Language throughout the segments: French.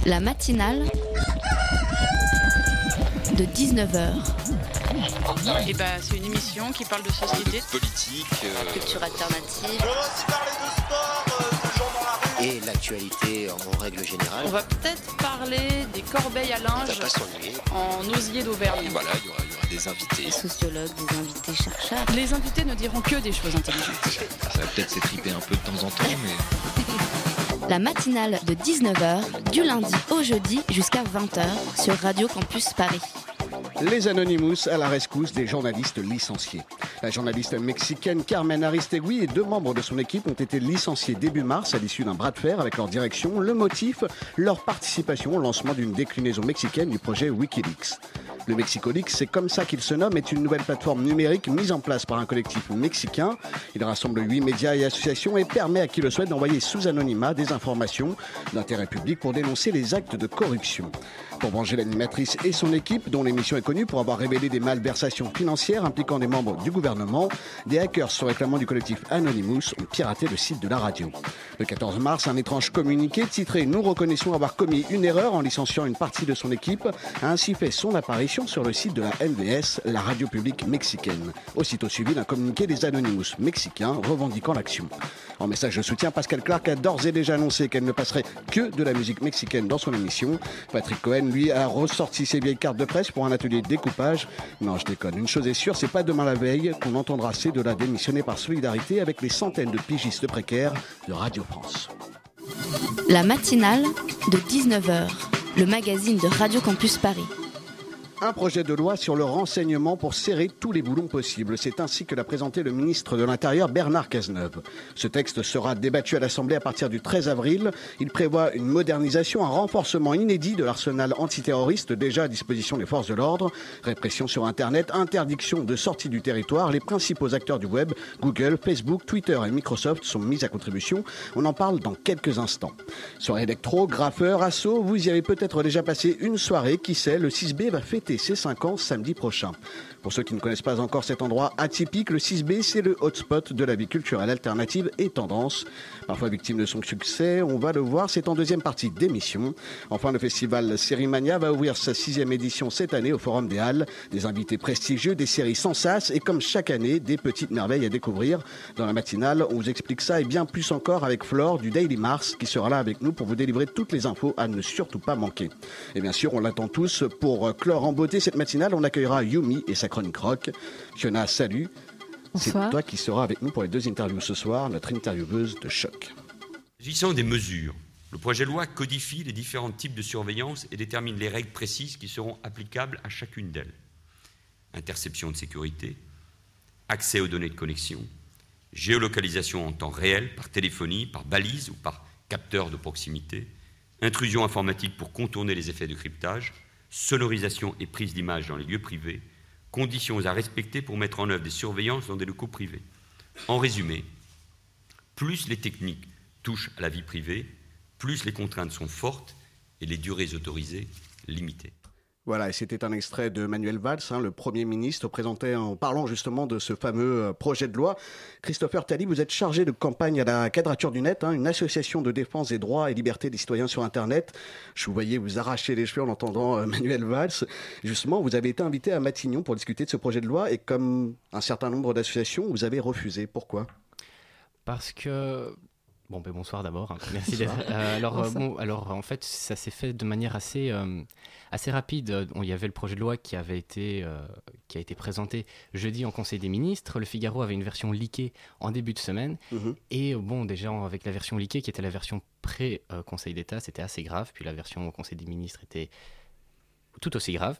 La matinale de 19h. Et c'est une émission qui parle de société, politique, culture alternative. On va aussi parler de sport, de gens dans la rue. Et l'actualité en règle générale. On va peut-être parler des corbeilles à linge Ça va pas s'ennuyer. en osier d'Auvergne. voilà, il y aura des invités. Des sociologues, des invités chercheurs. Les invités ne diront que des choses intelligentes. Ça va peut-être s'étriper un peu de temps en temps, mais... La matinale de 19h, du lundi au jeudi jusqu'à 20h sur Radio Campus Paris. Les Anonymous à la rescousse des journalistes licenciés. La journaliste mexicaine Carmen Aristegui et 2 membres de son équipe ont été licenciés début mars à l'issue d'un bras de fer avec leur direction. Le motif, leur participation au lancement d'une déclinaison mexicaine du projet Wikileaks. Le Mexicoleaks, c'est comme ça qu'il se nomme, est une nouvelle plateforme numérique mise en place par un collectif mexicain. Il rassemble 8 médias et associations et permet à qui le souhaite d'envoyer sous anonymat des informations d'intérêt public pour dénoncer les actes de corruption. Pour venger l'animatrice et son équipe, dont l'émission est connue pour avoir révélé des malversations financières impliquant des membres du gouvernement, des hackers se réclamant du collectif Anonymous ont piraté le site de la radio. Le 14 mars, un étrange communiqué titré « Nous reconnaissons avoir commis une erreur en licenciant une partie de son équipe » a ainsi fait son apparition sur le site de la MVS, la radio publique mexicaine. Aussitôt suivi d'un communiqué des Anonymous mexicains revendiquant l'action. En message de soutien, Pascal Clark a d'ores et déjà annoncé qu'elle ne passerait que de la musique mexicaine dans son émission. Patrick Cohen, lui, a ressorti ses vieilles cartes de presse pour un atelier de découpage. Non, je déconne. Une chose est sûre, c'est pas demain la veille qu'on entendra ces deux-là démissionner par solidarité avec les centaines de pigistes précaires de Radio France. La matinale de 19h, le magazine de Radio Campus Paris. Un projet de loi sur le renseignement pour serrer tous les boulons possibles. C'est ainsi que l'a présenté le ministre de l'Intérieur Bernard Cazeneuve. Ce texte sera débattu à l'Assemblée à partir du 13 avril. Il prévoit une modernisation, un renforcement inédit de l'arsenal antiterroriste déjà à disposition des forces de l'ordre. Répression sur Internet, interdiction de sortie du territoire. Les principaux acteurs du web, Google, Facebook, Twitter et Microsoft, sont mis à contribution. On en parle dans quelques instants. Soirée électro, graffeur, assaut, vous y avez peut-être déjà passé une soirée. Qui sait, le 6B va fêter ses 5 ans samedi prochain. Pour ceux qui ne connaissent pas encore cet endroit atypique, le 6B, c'est le hotspot de la vie culturelle alternative et tendance. Parfois victime de son succès, on va le voir, c'est en deuxième partie d'émission. Enfin, le festival Sérimania va ouvrir sa 6e édition cette année au Forum des Halles. Des invités prestigieux, des séries sans sas et comme chaque année, des petites merveilles à découvrir. Dans la matinale, on vous explique ça et bien plus encore avec Flore du Daily Mars qui sera là avec nous pour vous délivrer toutes les infos à ne surtout pas manquer. Et bien sûr, on l'attend tous pour clore en beauté cette matinale. On accueillera Yumi et sa chronique rock. Fiona, salut. Bonsoir. C'est toi qui seras avec nous pour les 2 interviews ce soir, notre intervieweuse de choc. S'agissant des mesures, le projet de loi codifie les différents types de surveillance et détermine les règles précises qui seront applicables à chacune d'elles. Interception de sécurité, accès aux données de connexion, géolocalisation en temps réel par téléphonie, par balise ou par capteur de proximité, intrusion informatique pour contourner les effets de cryptage, sonorisation et prise d'image dans les lieux privés, conditions à respecter pour mettre en œuvre des surveillances dans des locaux privés. En résumé, plus les techniques touchent à la vie privée, plus les contraintes sont fortes et les durées autorisées limitées. Voilà, et c'était un extrait de Manuel Valls, le Premier ministre, présenté en parlant justement de ce fameux projet de loi. Christopher Tally, vous êtes chargé de campagne à la Quadrature du Net, une association de défense des droits et libertés des citoyens sur Internet. Je vous voyais vous arracher les cheveux en entendant Manuel Valls. Justement, vous avez été invité à Matignon pour discuter de ce projet de loi et comme un certain nombre d'associations, vous avez refusé. Pourquoi ? Parce que... bonsoir d'abord, merci d'être... alors en fait ça s'est fait de manière assez rapide. Il y avait le projet de loi qui a été présenté jeudi en Conseil des ministres. Le Figaro avait une version leakée en début de semaine. Et déjà avec la version leakée qui était la version pré-Conseil d'État, c'était assez grave. Puis la version au Conseil des ministres était tout aussi grave.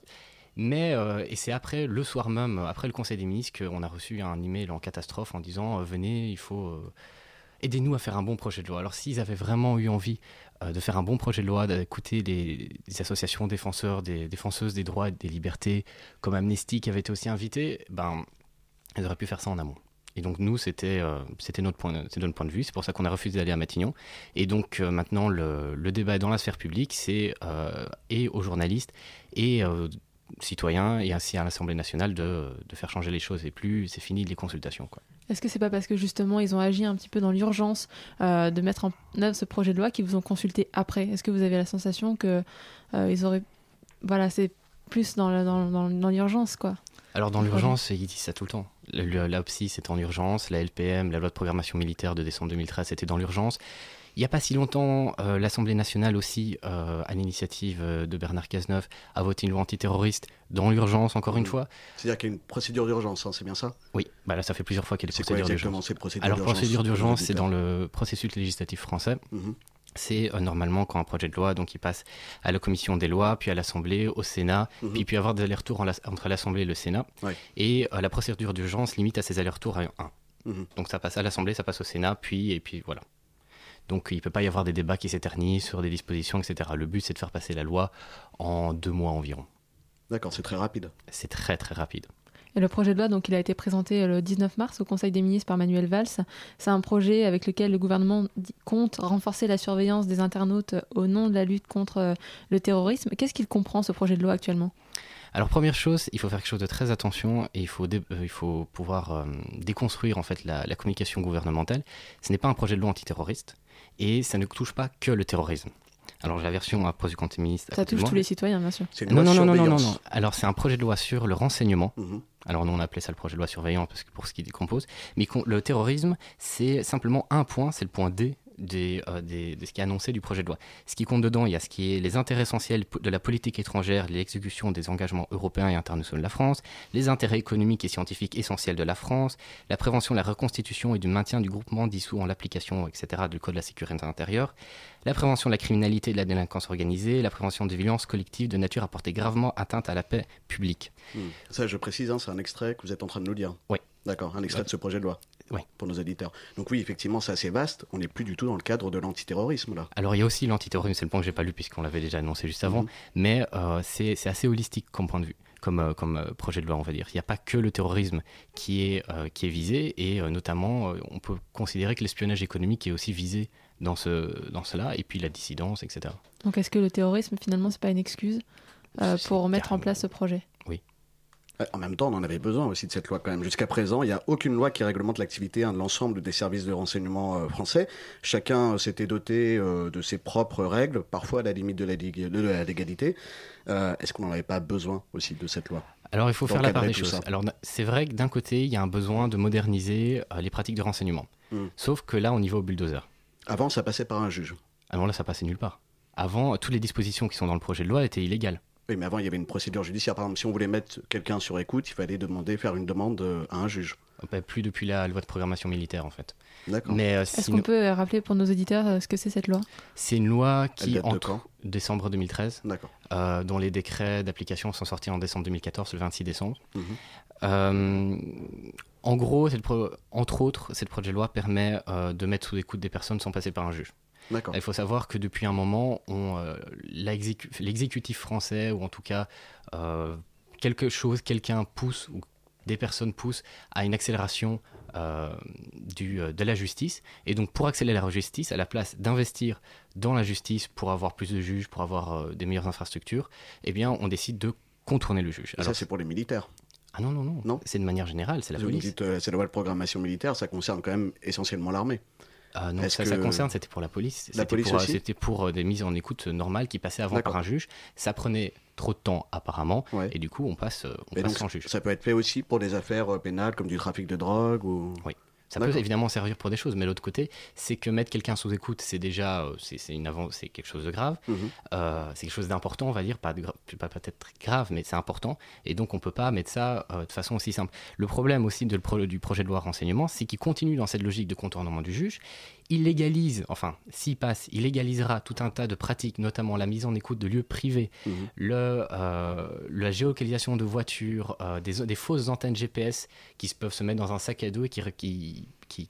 Et c'est après, le soir même, après le Conseil des ministres, qu'on a reçu un email en catastrophe en disant venez, il faut... aidez-nous à faire un bon projet de loi. Alors s'ils avaient vraiment eu envie de faire un bon projet de loi, d'écouter les associations défenseuses des droits et des libertés, comme Amnesty qui avait été aussi invitée, ils auraient pu faire ça en amont. Et donc nous, c'était notre point de vue, c'est pour ça qu'on a refusé d'aller à Matignon. Et donc maintenant, le débat dans la sphère publique, et aux journalistes, et citoyens, et ainsi à l'Assemblée nationale de faire changer les choses. Et plus, c'est fini les consultations, quoi. Est-ce que c'est pas parce que justement ils ont agi un petit peu dans l'urgence de mettre en œuvre ce projet de loi qu'ils vous ont consulté après? Est-ce que vous avez la sensation que ils auraient... Voilà, c'est plus dans l'urgence, quoi. Alors dans l'urgence, ils disent ça tout le temps. L'AOPSI, c'était en urgence, la LPM, la loi de programmation militaire de décembre 2013, c'était dans l'urgence. Il n'y a pas si longtemps, l'Assemblée nationale aussi, à l'initiative de Bernard Cazeneuve, a voté une loi antiterroriste dans l'urgence, encore une fois. C'est-à-dire qu'il y a une procédure d'urgence, hein, c'est bien ça? Oui, là ça fait plusieurs fois qu'il y a des procédures d'urgence. C'est quoi exactement ces procédures d'urgence? Alors procédure d'urgence, c'est dans le processus législatif français. C'est normalement quand un projet de loi, donc il passe à la commission des lois, puis à l'Assemblée, au Sénat, puis il peut y avoir des allers-retours entre l'Assemblée et le Sénat. Ouais. Et la procédure d'urgence limite à ces allers-retours à un. Donc ça passe à l'Assemblée, ça passe au Sénat, et puis voilà. Donc il ne peut pas y avoir des débats qui s'éternisent sur des dispositions, etc. Le but, c'est de faire passer la loi en 2 mois environ. D'accord, c'est très rapide. C'est très très rapide. Et le projet de loi, donc, il a été présenté le 19 mars au Conseil des ministres par Manuel Valls. C'est un projet avec lequel le gouvernement compte renforcer la surveillance des internautes au nom de la lutte contre le terrorisme. Qu'est-ce qu'il comprend, ce projet de loi, actuellement ? Alors première chose, il faut faire quelque chose de très attention et il faut pouvoir déconstruire en fait la communication gouvernementale. Ce n'est pas un projet de loi antiterroriste et ça ne touche pas que le terrorisme. Alors la version à poste du Conseil des ministres... Ça touche tous les citoyens, bien sûr. Non. Alors c'est un projet de loi sur le renseignement. Alors nous on appelait ça le projet de loi surveillant parce que pour ce qui décompose. Mais le terrorisme, c'est simplement un point, c'est le point D de ce qui est annoncé du projet de loi. Ce qui compte dedans, il y a ce qui est les intérêts essentiels de la politique étrangère, l'exécution des engagements européens et internationaux de la France, les intérêts économiques et scientifiques essentiels de la France, la prévention de la reconstitution et du maintien du groupement dissous en l'application, etc., du Code de la sécurité intérieure, la prévention de la criminalité et de la délinquance organisée, la prévention des violences collectives de nature à porter gravement atteinte à la paix publique. Ça, je précise, c'est un extrait que vous êtes en train de nous lire. Oui. D'accord, un extrait de ce projet de loi. Oui. Pour nos auditeurs. Donc oui, effectivement, c'est assez vaste. On n'est plus du tout dans le cadre de l'antiterrorisme, là. Alors il y a aussi l'antiterrorisme, c'est le point que j'ai pas lu puisqu'on l'avait déjà annoncé juste avant, mais c'est assez holistique comme point de vue, comme projet de loi, on va dire. Il n'y a pas que le terrorisme qui est visé et notamment, on peut considérer que l'espionnage économique est aussi visé dans cela, et puis la dissidence, etc. Donc est-ce que le terrorisme, finalement, c'est pas une excuse pour mettre en place ce projet ? Oui. En même temps, on en avait besoin aussi de cette loi quand même. Jusqu'à présent, il n'y a aucune loi qui réglemente l'activité de l'ensemble des services de renseignement français. Chacun s'était doté de ses propres règles, parfois à la limite de la légalité. Est-ce qu'on n'en avait pas besoin aussi de cette loi ? Alors il faut faire la part des choses. Alors c'est vrai que d'un côté, il y a un besoin de moderniser les pratiques de renseignement. Sauf que là, on y va au bulldozer. Avant, ça passait par un juge. Avant, là, ça passait nulle part. Avant, toutes les dispositions qui sont dans le projet de loi étaient illégales. Oui, mais avant, il y avait une procédure judiciaire. Par exemple, si on voulait mettre quelqu'un sur écoute, il fallait faire une demande à un juge. Plus depuis la loi de programmation militaire, en fait. D'accord. Mais, est-ce qu'on peut rappeler pour nos auditeurs ce que c'est cette loi ? C'est une loi qui, en décembre 2013, dont les décrets d'application sont sortis en décembre 2014, le 26 décembre. En gros, entre autres, cette projet de loi permet de mettre sous écoute des personnes sans passer par un juge. Il faut savoir que depuis un moment, l'exécutif français, ou en tout cas quelqu'un pousse, ou des personnes poussent à une accélération de la justice. Et donc pour accélérer la justice, à la place d'investir dans la justice pour avoir plus de juges, pour avoir des meilleures infrastructures, eh bien on décide de contourner le juge. Alors, ça c'est pour les militaires. Ah non, c'est de manière générale, c'est la police. Vous dites, c'est la loi de programmation militaire, ça concerne quand même essentiellement l'armée. Non, ça concerne, c'était pour la police. C'était pour des mises en écoute normales qui passaient avant par un juge. Ça prenait trop de temps apparemment, et du coup on passe sans juge. Ça peut être fait aussi pour des affaires pénales comme du trafic de drogue ou... Oui. Ça peut évidemment servir pour des choses, mais l'autre côté, c'est que mettre quelqu'un sous écoute, c'est déjà c'est quelque chose de grave, c'est quelque chose d'important, on va dire, pas peut-être grave, mais c'est important, et donc on peut pas mettre ça de façon aussi simple. Le problème aussi du projet de loi renseignement, c'est qu'il continue dans cette logique de contournement du juge. Il légalisera tout un tas de pratiques, notamment la mise en écoute de lieux privés, la géolocalisation de voitures, des fausses antennes GPS qui peuvent se mettre dans un sac à dos et qui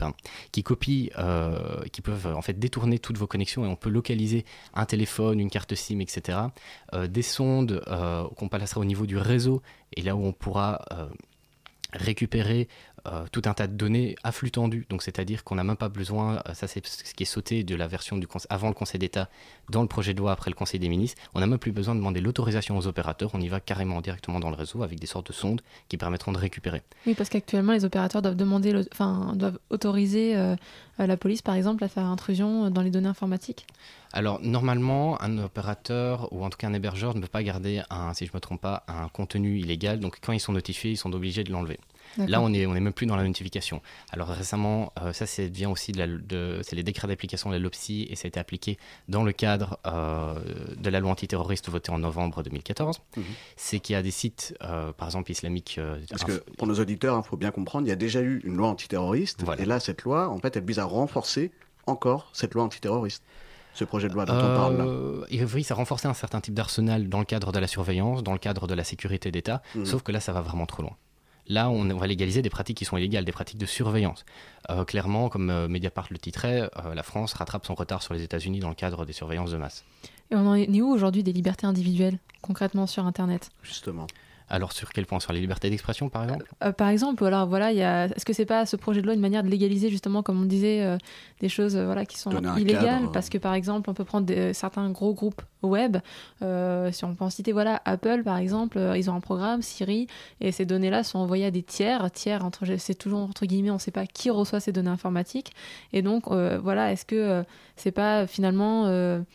peuvent en fait détourner toutes vos connexions, et on peut localiser un téléphone, une carte SIM, etc. Des sondes qu'on placera au niveau du réseau, et là où on pourra récupérer tout un tas de données à flux tendu. Donc, c'est-à-dire qu'on n'a même pas besoin, ça c'est ce qui est sauté de la version avant le Conseil d'État dans le projet de loi après le Conseil des ministres, on n'a même plus besoin de demander l'autorisation aux opérateurs, on y va carrément directement dans le réseau avec des sortes de sondes qui permettront de récupérer. Oui, parce qu'actuellement les opérateurs doivent doivent autoriser la police par exemple à faire intrusion dans les données informatiques. Alors normalement, un opérateur ou en tout cas un hébergeur ne peut pas garder si je ne me trompe pas, un contenu illégal. Donc quand ils sont notifiés, ils sont obligés de l'enlever. D'accord. Là, on n'est même plus dans la notification. Alors récemment, ça vient aussi c'est les décrets d'application de la LOPSI et ça a été appliqué dans le cadre de la loi antiterroriste votée en novembre 2014. C'est qu'il y a des sites, par exemple islamiques. Parce que pour nos auditeurs, il faut bien comprendre, il y a déjà eu une loi antiterroriste. Voilà. Et là, cette loi, en fait, elle vise à renforcer encore cette loi antiterroriste. Ce projet de loi dont on parle là. Oui, ça renforçait un certain type d'arsenal dans le cadre de la surveillance, dans le cadre de la sécurité d'État, sauf que là, ça va vraiment trop loin. Là, on va légaliser des pratiques qui sont illégales, des pratiques de surveillance. Clairement, comme Mediapart le titrait, la France rattrape son retard sur les États-Unis dans le cadre des surveillances de masse. Et on en est où aujourd'hui des libertés individuelles, concrètement sur Internet ? Justement. Alors sur quel point ? Sur les libertés d'expression par exemple ? Par exemple, alors voilà, est-ce que c'est pas ce projet de loi une manière de légaliser justement, comme on disait, des choses qui sont illégales ? Parce que par exemple, on peut prendre certains gros groupes web, si on peut en citer, Apple par exemple, ils ont un programme, Siri, et ces données-là sont envoyées à des tiers, c'est toujours entre guillemets, on ne sait pas qui reçoit ces données informatiques, et donc est-ce que c'est pas finalement...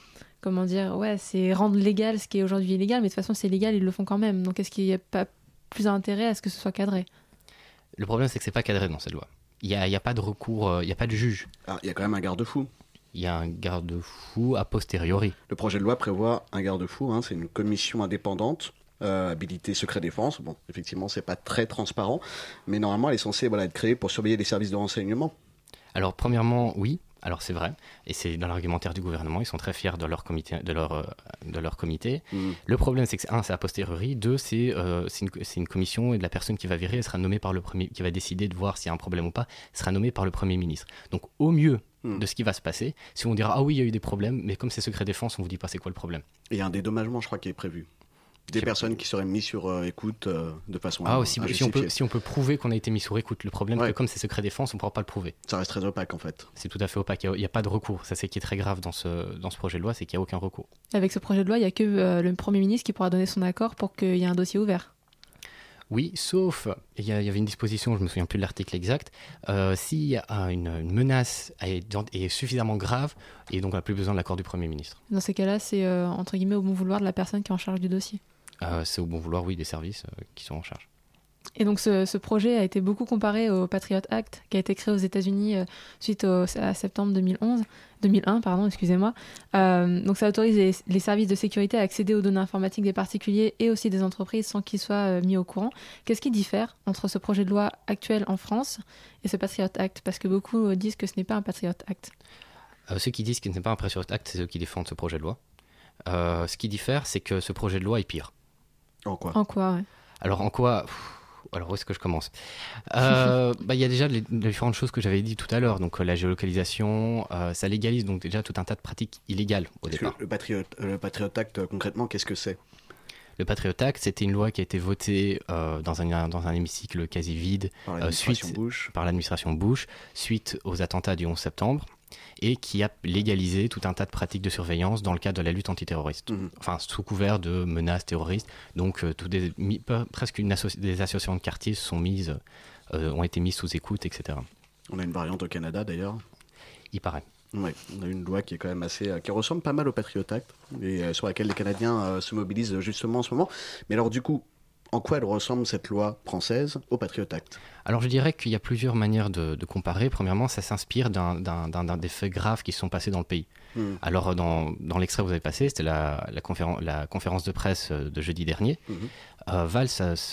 c'est rendre légal ce qui est aujourd'hui illégal, mais de toute façon c'est légal, ils le font quand même. Donc est-ce qu'il n'y a pas plus intérêt à ce que ce soit cadré ? Le problème c'est que c'est pas cadré dans cette loi. Il n'y a pas de recours, il n'y a pas de juge. Il y a quand même un garde-fou. Il y a un garde-fou a posteriori. Le projet de loi prévoit un garde-fou, c'est une commission indépendante, habilité secret défense. Bon, effectivement c'est pas très transparent, mais normalement elle est censée être créée pour surveiller les services de renseignement. Alors premièrement, oui. Alors c'est vrai, et c'est dans l'argumentaire du gouvernement, ils sont très fiers de leur comité. Le problème c'est que c'est a posteriori, 2 c'est une commission et de la personne qui va virer, elle sera nommée par qui va décider de voir s'il y a un problème ou pas, sera nommée par le Premier ministre. Donc au mieux de ce qui va se passer, si on dira ah oui il y a eu des problèmes, mais comme c'est secret défense, on vous dit pas c'est quoi le problème. Et il y a un dédommagement je crois qui est prévu. Des personnes qui seraient mises sur écoute de façon si on peut prouver qu'on a été mis sur écoute. Le problème, c'est que comme c'est secret défense, on ne pourra pas le prouver. Ça reste très opaque en fait. C'est tout à fait opaque. Il n'y a pas de recours. Ça, c'est qui est très grave dans ce projet de loi, c'est qu'il n'y a aucun recours. Avec ce projet de loi, il n'y a que le Premier ministre qui pourra donner son accord pour qu'il y ait un dossier ouvert. Oui, sauf, il y avait une disposition, je ne me souviens plus de l'article exact, si une menace est suffisamment grave, et donc on n'a plus besoin de l'accord du Premier ministre. Dans ces cas-là, c'est entre guillemets au bon vouloir de la personne qui est en charge du dossier. C'est au bon vouloir, oui, des services qui sont en charge. Et donc ce projet a été beaucoup comparé au Patriot Act qui a été créé aux États-Unis suite à septembre 2001, excusez-moi. Donc ça autorise les services de sécurité à accéder aux données informatiques des particuliers et aussi des entreprises sans qu'ils soient mis au courant. Qu'est-ce qui diffère entre ce projet de loi actuel en France et ce Patriot Act ? Parce que beaucoup disent que ce n'est pas un Patriot Act. Ceux qui disent que ce n'est pas un Patriot Act, c'est ceux qui défendent ce projet de loi. Ce qui diffère, c'est que ce projet de loi est pire. En quoi ? Ouais. Alors en quoi ? Alors où est-ce que je commence ? Y a déjà les différentes choses que j'avais dit tout à l'heure. Donc la géolocalisation, ça légalise donc déjà tout un tas de pratiques illégales au départ. Le Patriot Act, concrètement, qu'est-ce que c'est ? Le Patriot Act, c'était une loi qui a été votée dans un hémicycle quasi vide par l'administration Bush, suite aux attentats du 11 septembre, et qui a légalisé tout un tas de pratiques de surveillance dans le cadre de la lutte antiterroriste. Enfin, sous couvert de menaces terroristes. Donc, presque des associations de quartier ont été mises sous écoute, etc. On a une variante au Canada, d'ailleurs. Il paraît. Oui, on a une loi qui est quand même qui ressemble pas mal au Patriot Act, et sur laquelle les Canadiens se mobilisent justement en ce moment. Mais alors, du coup, en quoi elle ressemble, cette loi française, au Patriot Act ? Alors je dirais qu'il y a plusieurs manières de comparer. Premièrement, ça s'inspire d'un des faits graves qui se sont passés dans le pays. Alors dans l'extrait que vous avez passé, c'était la conférence de presse de jeudi dernier. Valls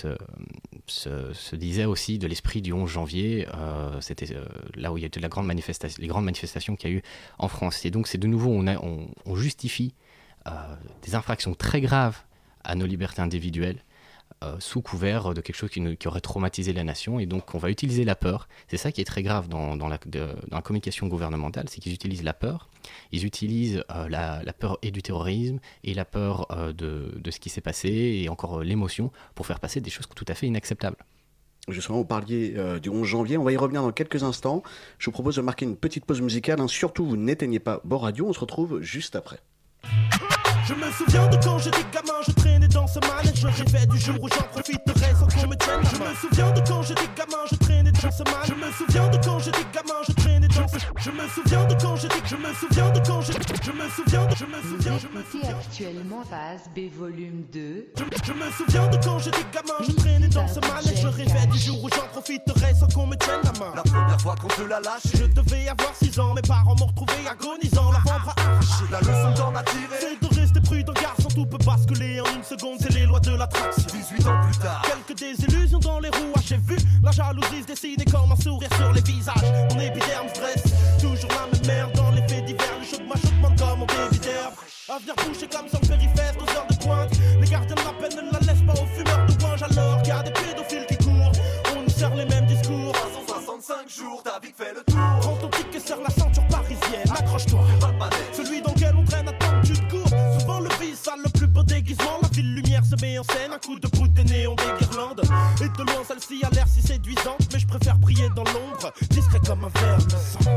se disait aussi de l'esprit du 11 janvier. C'était là où il y a eu les grandes manifestations qu'il y a eu en France. Et donc c'est de nouveau, on justifie des infractions très graves à nos libertés individuelles, sous couvert de quelque chose qui aurait traumatisé la nation, et donc on va utiliser la peur. C'est ça qui est très grave dans la communication gouvernementale, c'est qu'ils utilisent la peur. Ils utilisent la peur et du terrorisme et la peur de ce qui s'est passé et encore l'émotion pour faire passer des choses tout à fait inacceptables. Justement, vous parliez du 11 janvier, on va y revenir dans quelques instants. Je vous propose de marquer une petite pause musicale, hein. Surtout, vous n'éteignez pas vos radios, on se retrouve juste après. Je me souviens de quand j'étais gamin, je traînais dans ce manège. Je rêvais du jour où j'en profiterais sans qu'on me tienne. Je me souviens de quand j'étais gamin, je traînais dans ce manège. Je me souviens de quand j'étais gamin, je traînais dans ce... Je me souviens de quand j'étais... Je me souviens de quand j'étais... Je me souviens de... Je me souviens... Je me souviens... Actuellement phase B volume 2. Je me souviens de quand j'étais gamin, je traînais dans ce manège. Je rêvais du jour où j'en profiterais sans qu'on me tienne la main. La première fois qu'on te la lâche, je devais avoir 6 ans. Mes parents m'ont retrouvé agonisant, l'avant-bras arraché. La leçon d'en a tiré, c'est de rester prudent garçon, tout peut basculer en une seconde, c'est les lois de l'attraction. 18 ans plus tard, quelques désillusions dans les rouages. J'ai vu la jalousie se dessiner comme un sourire sur les visages. Mon épiderme stress, toujours la même merde dans les faits divers. Le choc m'achoppement comme mon débit d'herbe. À venir boucher comme sur le périphrère, 2 heures de pointe. Les gardiens de la peine ne la laissent pas aux fumeurs de ouinge. Alors qu'il y a des pédophiles qui courent, on nous sert les mêmes discours. 365 jours, ta vie fait le tour. Prends ton ticket, serre la ceinture parisienne. Accroche-toi, celui dans lequel on traîne, attends que tu te cours. Souvent le vice a le plus beau déguisement. La ville lumière se met en scène, un coup de poudre, des néons, des guirlandes. Et de loin celle-ci a l'air si séduisante, mais je préfère briller dans l'ombre, discret comme un verre de sang.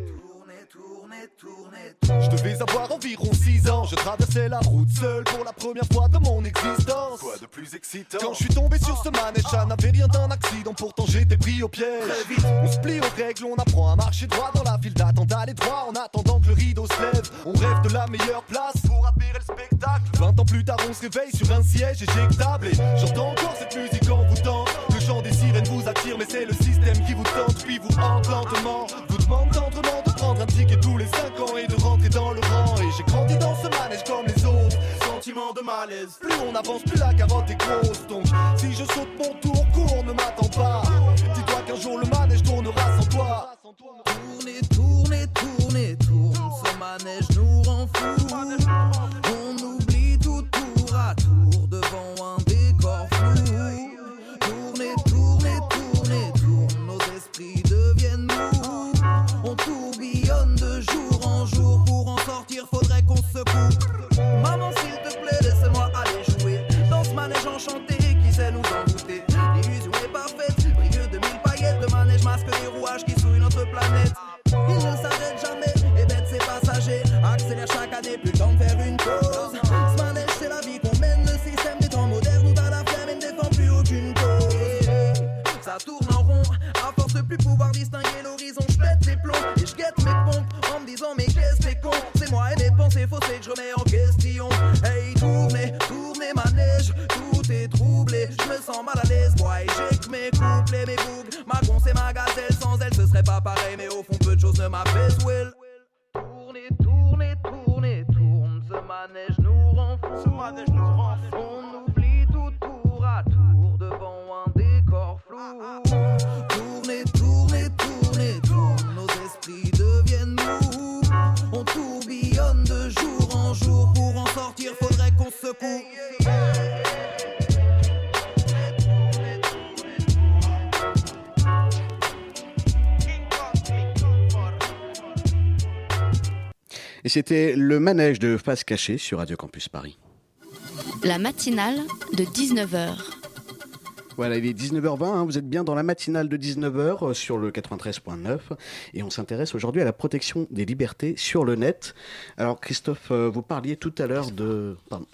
Je devais avoir environ 6 ans. Je traversais la route seul pour la première fois de mon existence. Quoi de plus excitant? Quand je suis tombé sur ce manège, ça n'avait rien d'un accident. Pourtant j'étais pris au piège. Très vite, on se plie aux règles, on apprend à marcher droit dans la file d'attente, d'aller droit en attendant que le rideau se lève. On rêve de la meilleure place pour admirer le spectacle. 20 ans plus tard, on se réveille sur un siège éjectable. Et j'entends encore cette musique envoûtante. Le chant des sirènes vous attire, mais c'est le système qui vous tente. Puis vous hante lentement, vous demande tendrement de prendre un ticket tous les 5 ans et de rentrer dans le rang. Et j'ai grandi dans ce manège comme les autres. Sentiment de malaise, plus on avance, plus la carotte est grosse. Donc si je saute mon tour court, ne m'attends pas. Dis-toi qu'un jour le manège tournera sans toi. Tournez, tournez, tournez, tourne. Ce manège nous rend fous. On oublie tout tour à tour devant un décor flou. Tournez, tournez, tournez, tourne. Nos esprits deviennent mous. On tourbillonne de jour en jour. Pour en sortir, faudrait qu'on se coupe. Maman, s'il te plaît, laisse-moi aller jouer dans ce manège enchanté qui sait nous envoûter. L'illusion est parfaite, brilleux de 1000 paillettes. Le manège masque des rouages qui souillent notre planète. Il ne s'arrête jamais, et bête c'est passager. Accélère chaque année, plus le temps de faire une pause. Ce manège c'est la vie qu'on mène, le système des temps modernes où t'as la flemme et ne défend plus aucune cause. Ça tourne en rond, à force de plus pouvoir distinguer l'horizon. Je pète les plombs et je guette mes pompes en me disant mais qu'est-ce que c'est con. C'est moi et mes pensées faussées que je remets en question. Hey, tournez, tournez manège, tout est troublé. Je me sens mal à l'aise, moi et j'ai que mes couplets, mes bougs. Ma gonce et ma gazelle, sans elle ce serait pas pareil. Mais au fond peu de choses ne m'apaisent, well. Tournez, tournez, tournez, tourne. Ce manège nous rend fous. Ce manège nous rend fous. On oublie tout tour à tour devant un décor flou. Tournez, tournez, tournez, tourne. Nos esprits deviennent mous. On tourbillonne de jour en jour. Pour en sortir, faudrait qu'on se secoue. Et c'était le manège de Face Cachée sur Radio Campus Paris. La matinale de 19h. Voilà, il est 19h20, hein, vous êtes bien dans la matinale de 19h sur le 93.9 et on s'intéresse aujourd'hui à la protection des libertés sur le net. Alors Christophe, vous parliez tout à l'heure de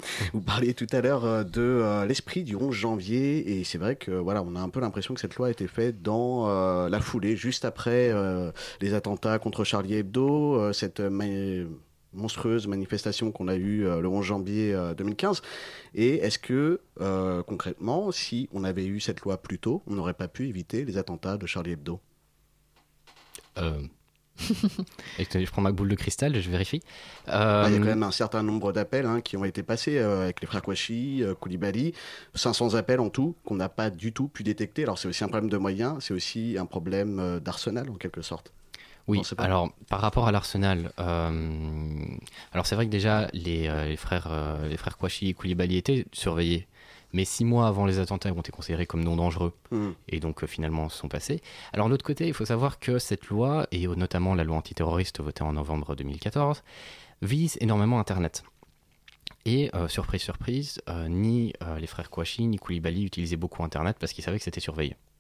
l'esprit du 11 janvier et c'est vrai que voilà, on a un peu l'impression que cette loi a été faite dans la foulée, juste après les attentats contre Charlie Hebdo, cette monstrueuse manifestation qu'on a eue le 11 janvier 2015. Et est-ce que, concrètement, si on avait eu cette loi plus tôt, on n'aurait pas pu éviter les attentats de Charlie Hebdo ? Je prends ma boule de cristal, je vérifie. Il y a quand même un certain nombre d'appels qui ont été passés avec les frères Kouachi, Koulibaly, 500 appels en tout qu'on n'a pas du tout pu détecter. Alors c'est aussi un problème de moyens, c'est aussi un problème d'arsenal en quelque sorte. Oui, alors par rapport à l'arsenal, alors c'est vrai que déjà les frères Kouachi et Koulibaly étaient surveillés, mais 6 mois avant les attentats ont été considérés comme non dangereux et donc finalement sont passés. Alors de l'autre côté, il faut savoir que cette loi, et notamment la loi antiterroriste votée en novembre 2014, vise énormément Internet. Et surprise, surprise, ni les frères Kouachi ni Koulibaly utilisaient beaucoup Internet parce qu'ils savaient que c'était surveillé.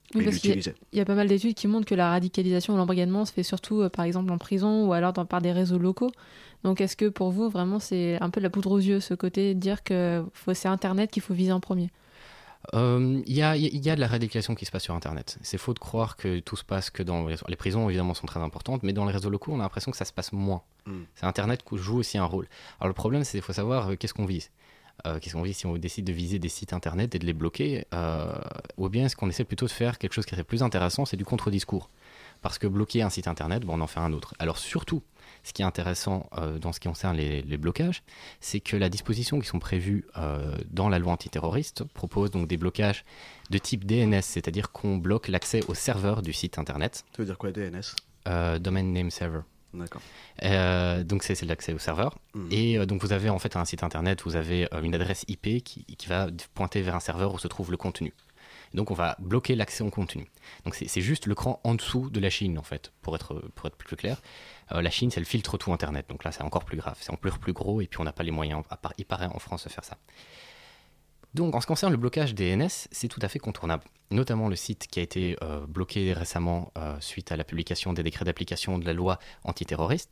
Oui, il parce qu'il l'utilisait. y a pas mal d'études qui montrent que la radicalisation ou l'embrigadement se fait surtout, par exemple, en prison ou alors par des réseaux locaux. Donc, est-ce que pour vous, vraiment, c'est un peu de la poudre aux yeux, ce côté de dire que c'est Internet qu'il faut viser en premier? Il y a de la radicalisation qui se passe sur Internet. C'est faux de croire que tout se passe que dans les prisons, évidemment, sont très importantes, mais dans les réseaux locaux, on a l'impression que ça se passe moins. C'est Internet qui joue aussi un rôle. Alors le problème, c'est qu'il faut savoir qu'est-ce qu'on vise. Qu'est-ce qu'on vise si on décide de viser des sites Internet et de les bloquer, ou bien est-ce qu'on essaie plutôt de faire quelque chose qui serait plus intéressant, c'est du contre-discours. Parce que bloquer un site Internet, on en fait un autre. Alors surtout, ce qui est intéressant dans ce qui concerne les blocages, c'est que la disposition qui sont prévues dans la loi antiterroriste propose donc des blocages de type DNS, c'est-à-dire qu'on bloque l'accès au serveur du site Internet. Ça veut dire quoi, DNS? Domain Name Server. D'accord. Donc c'est l'accès au serveur. Et donc vous avez en fait un site Internet, vous avez une adresse IP qui va pointer vers un serveur où se trouve le contenu. Donc on va bloquer l'accès au contenu. Donc c'est juste le cran en dessous de la Chine en fait, pour être plus clair. La Chine, c'est le filtre tout Internet. Donc là, c'est encore plus grave. C'est encore plus gros et puis on n'a pas les moyens, il paraît, en France, de faire ça. Donc, en ce qui concerne le blocage DNS, c'est tout à fait contournable. Notamment le site qui a été bloqué récemment suite à la publication des décrets d'application de la loi antiterroriste.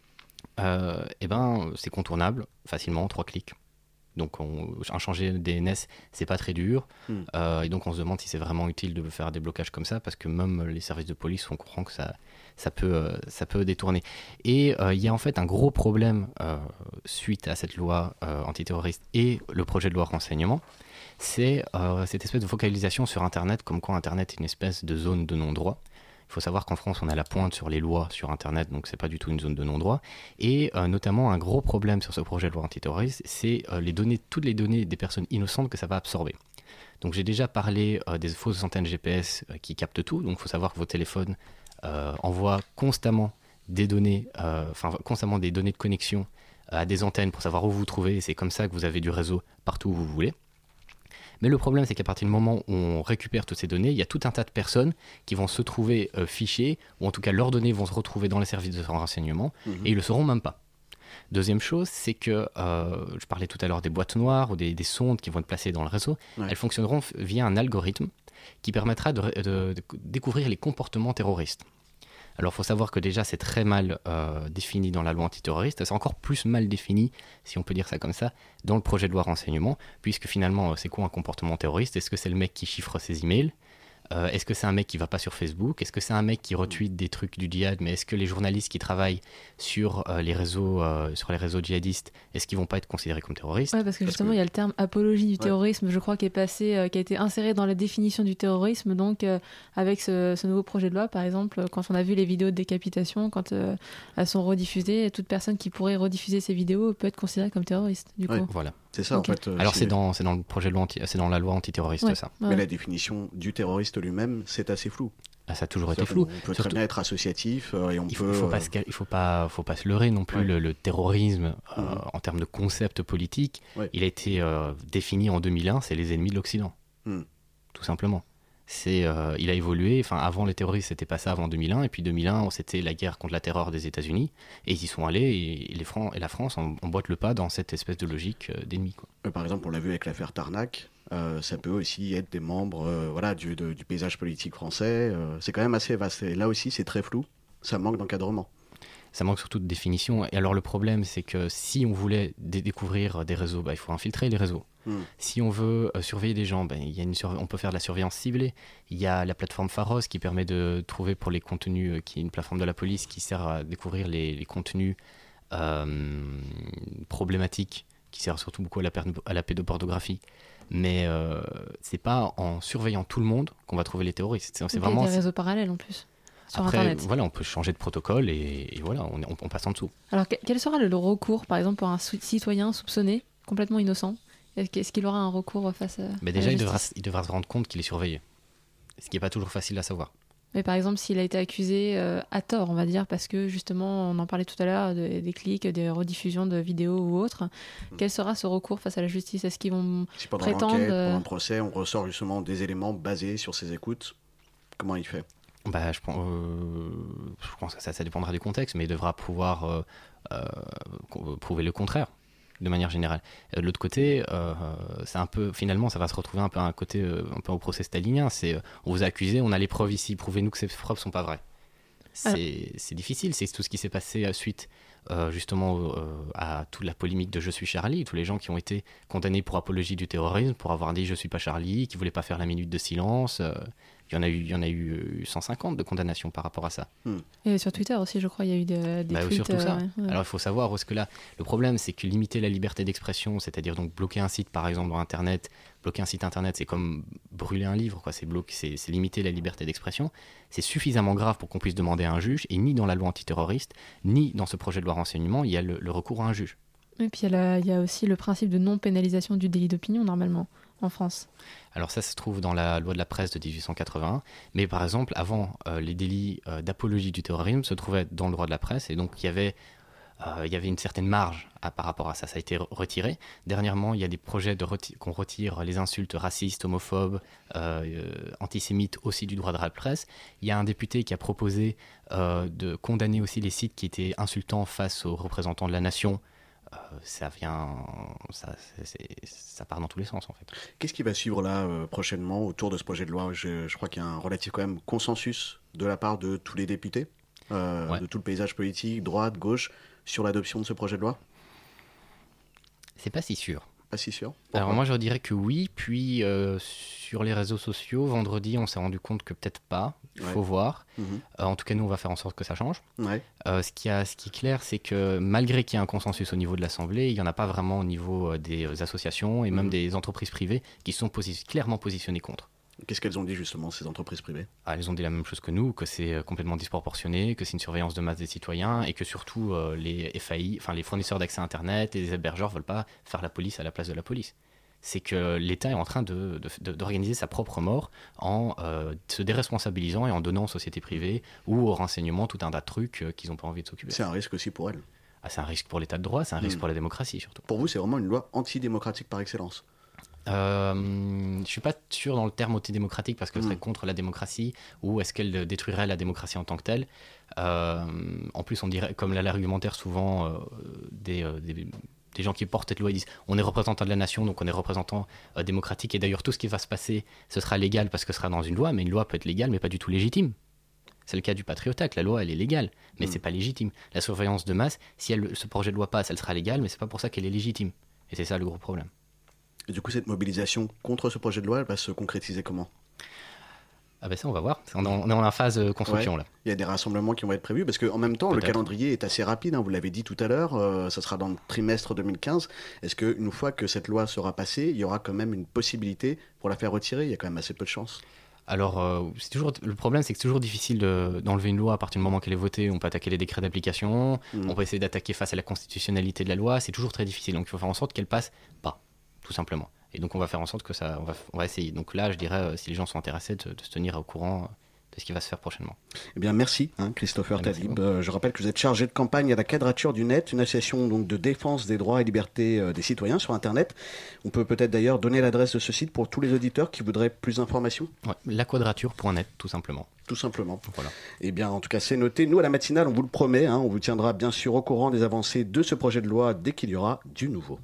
C'est contournable facilement, 3 clics. Donc, changer le DNS, c'est pas très dur. Et donc, on se demande si c'est vraiment utile de faire des blocages comme ça, parce que même les services de police sont courants que ça peut détourner. Et il y a en fait un gros problème suite à cette loi antiterroriste et le projet de loi renseignement, c'est cette espèce de focalisation sur Internet, comme quoi Internet est une espèce de zone de non-droit. Il faut savoir qu'en France, on a la pointe sur les lois sur Internet, donc c'est pas du tout une zone de non-droit. Et notamment, un gros problème sur ce projet de loi antiterroriste, c'est toutes les données des personnes innocentes que ça va absorber. Donc j'ai déjà parlé des fausses antennes GPS qui captent tout. Donc il faut savoir que vos téléphones envoient constamment des données, constamment des données de connexion à des antennes pour savoir où vous vous trouvez. Et c'est comme ça que vous avez du réseau partout où vous voulez. Mais le problème, c'est qu'à partir du moment où on récupère toutes ces données, il y a tout un tas de personnes qui vont se trouver fichées, ou en tout cas leurs données vont se retrouver dans les services de renseignement, et ils ne le sauront même pas. Deuxième chose, c'est que, je parlais tout à l'heure des boîtes noires ou des sondes qui vont être placées dans le réseau, elles fonctionneront via un algorithme qui permettra de découvrir les comportements terroristes. Alors, il faut savoir que déjà, c'est très mal défini dans la loi antiterroriste. C'est encore plus mal défini, si on peut dire ça comme ça, dans le projet de loi renseignement, puisque finalement, c'est quoi un comportement terroriste? Est-ce que c'est le mec qui chiffre ses emails? Est-ce que c'est un mec qui va pas sur Facebook? Est-ce que c'est un mec qui retweet des trucs du djihad? Mais est-ce que les journalistes qui travaillent sur les réseaux djihadistes, est-ce qu'ils vont pas être considérés comme terroristes? Ouais, parce que justement, il y a le terme apologie du terrorisme, je crois, qui a été inséré dans la définition du terrorisme. Donc, avec ce nouveau projet de loi, par exemple, quand on a vu les vidéos de décapitation, quand elles sont rediffusées, toute personne qui pourrait rediffuser ces vidéos peut être considérée comme terroriste. Du coup. Voilà. C'est ça, en fait. Alors, c'est dans le projet de loi, c'est dans la loi antiterroriste, ça. Mais la définition du terroriste lui-même, c'est assez flou. Ah, ça a toujours été flou. On peut très bien être associatif et on peut... Il faut pas se leurrer non plus. Le terrorisme, en termes de concept politique, il a été défini en 2001, c'est les ennemis de l'Occident. Tout simplement. Il a évolué. Enfin, avant les terroristes, c'était pas ça avant 2001. Et puis 2001, c'était la guerre contre la terreur des États-Unis. Et ils y sont allés. Et la France emboîte le pas dans cette espèce de logique d'ennemis. Par exemple, on l'a vu avec l'affaire Tarnac. Ça peut aussi être des membres du paysage politique français. C'est quand même assez vaste. Et là aussi, c'est très flou. Ça manque d'encadrement. Ça manque surtout de définition. Et alors le problème, c'est que si on voulait découvrir des réseaux, il faut infiltrer les réseaux. Si on veut surveiller des gens, on peut faire de la surveillance ciblée. Il y a la plateforme Pharos qui permet de trouver pour les contenus, qui est une plateforme de la police qui sert à découvrir les contenus problématiques, qui sert surtout beaucoup à la pédopornographie. Mais c'est pas en surveillant tout le monde qu'on va trouver les terroristes. C'est vraiment... Il y a des réseaux parallèles en plus. Après, Internet. Voilà, on peut changer de protocole et voilà, on passe en dessous. Alors, quel sera le recours, par exemple, pour un citoyen soupçonné, complètement innocent? Est-ce qu'il aura un recours face à déjà, la justice? il devra se rendre compte qu'il est surveillé. Ce qui n'est pas toujours facile à savoir. Mais par exemple, s'il a été accusé à tort, on va dire, parce que justement, on en parlait tout à l'heure, des clics, des rediffusions de vidéos ou autres, quel sera ce recours face à la justice? Est-ce qu'ils vont si pendant prétendre... pendant le procès, on ressort justement des éléments basés sur ces écoutes, comment il fait? Je pense que ça dépendra du contexte, mais il devra pouvoir prouver le contraire. de manière générale. De l'autre côté, c'est un peu, finalement, ça va se retrouver un peu à un côté, un peu au procès stalinien. C'est, on vous a accusé, on a les preuves ici, prouvez-nous que ces preuves sont pas vraies. C'est difficile, c'est tout ce qui s'est passé suite justement à toute la polémique de Je suis Charlie, tous les gens qui ont été condamnés pour apologie du terrorisme, pour avoir dit Je suis pas Charlie, qui voulaient pas faire la minute de silence. Il y en a eu 150 de condamnations par rapport à ça. Et sur Twitter aussi, je crois, il y a eu des tweets. Surtout ça. Ouais. Alors il faut savoir où est-ce que là, le problème, c'est que limiter la liberté d'expression, c'est-à-dire donc bloquer un site, par exemple, dans Internet, bloquer un site Internet, c'est comme brûler un livre, quoi. C'est limiter la liberté d'expression. C'est suffisamment grave pour qu'on puisse demander à un juge, et ni dans la loi antiterroriste, ni dans ce projet de loi renseignement, il y a le recours à un juge. Et puis il y a aussi le principe de non-pénalisation du délit d'opinion, normalement, en France. Alors ça se trouve dans la loi de la presse de 1881, mais par exemple, avant, les délits d'apologie du terrorisme se trouvaient dans le droit de la presse, et donc il y avait une certaine marge par rapport à ça. Ça a été retiré. Dernièrement, il y a des projets qu'on retire les insultes racistes, homophobes, antisémites aussi du droit de la presse. Il y a un député qui a proposé de condamner aussi les sites qui étaient insultants face aux représentants de la nation. Ça part dans tous les sens en fait. Qu'est-ce qui va suivre là prochainement autour de ce projet de loi ? Je crois qu'il y a un relatif quand même consensus de la part de tous les députés, de tout le paysage politique, droite, gauche, sur l'adoption de ce projet de loi ? C'est pas si sûr. Pas si sûr ? Alors moi je dirais que oui, puis sur les réseaux sociaux, vendredi on s'est rendu compte que peut-être pas, il faut voir. En tout cas nous on va faire en sorte que ça change. Ce qui est clair c'est que malgré qu'il y ait un consensus au niveau de l'Assemblée, il n'y en a pas vraiment au niveau des associations et même des entreprises privées qui sont clairement positionnées contre. Qu'est-ce qu'elles ont dit justement, ces entreprises privées ? Elles ont dit la même chose que nous, que c'est complètement disproportionné, que c'est une surveillance de masse des citoyens et que surtout les FAI, enfin les fournisseurs d'accès à Internet et les hébergeurs ne veulent pas faire la police à la place de la police. C'est que l'État est en train d'organiser sa propre mort en se déresponsabilisant et en donnant aux sociétés privées ou aux renseignements tout un tas de trucs qu'ils n'ont pas envie de s'occuper. C'est un risque aussi pour elles. C'est un risque pour l'État de droit, c'est un risque pour la démocratie surtout. Pour vous, c'est vraiment une loi antidémocratique par excellence ? Je suis pas sûr dans le terme antidémocratique parce qu'elle serait contre la démocratie ou est-ce qu'elle détruirait la démocratie en tant que telle. En plus on dirait, comme l'argumentaire souvent des gens qui portent cette loi, ils disent on est représentant de la nation donc on est représentant démocratique et d'ailleurs tout ce qui va se passer ce sera légal parce que ce sera dans une loi, mais une loi peut être légale mais pas du tout légitime. C'est le cas du Patriot Act, la loi elle est légale mais c'est pas légitime. La surveillance de masse, si ce projet de loi passe elle sera légale mais c'est pas pour ça qu'elle est légitime et c'est ça le gros problème. Et du coup, cette mobilisation contre ce projet de loi, elle va se concrétiser comment ? Ah ben ça, on va voir. On est en phase construction là. Il y a des rassemblements qui vont être prévus parce qu'en même temps, le calendrier est assez rapide. Vous l'avez dit tout à l'heure, ça sera dans le trimestre 2015. Est-ce qu'une fois que cette loi sera passée, il y aura quand même une possibilité pour la faire retirer ? Il y a quand même assez peu de chances. Alors, le problème, c'est que c'est toujours difficile d'enlever une loi à partir du moment qu'elle est votée. On peut attaquer les décrets d'application, on peut essayer d'attaquer face à la constitutionnalité de la loi. C'est toujours très difficile. Donc, il faut faire en sorte qu'elle passe pas. Tout simplement. Et donc on va faire en sorte que ça, on va essayer. Donc là, je dirais, si les gens sont intéressés, de se tenir au courant de ce qui va se faire prochainement. Eh bien, merci, Christopher Tadib. Je rappelle que vous êtes chargé de campagne à la Quadrature du Net, une association donc de défense des droits et libertés des citoyens sur Internet. On peut peut-être d'ailleurs donner l'adresse de ce site pour tous les auditeurs qui voudraient plus d'informations. Laquadrature.net, tout simplement. Tout simplement. Voilà. Eh bien, en tout cas, c'est noté. Nous, à la matinale, on vous le promet, on vous tiendra bien sûr au courant des avancées de ce projet de loi dès qu'il y aura du nouveau.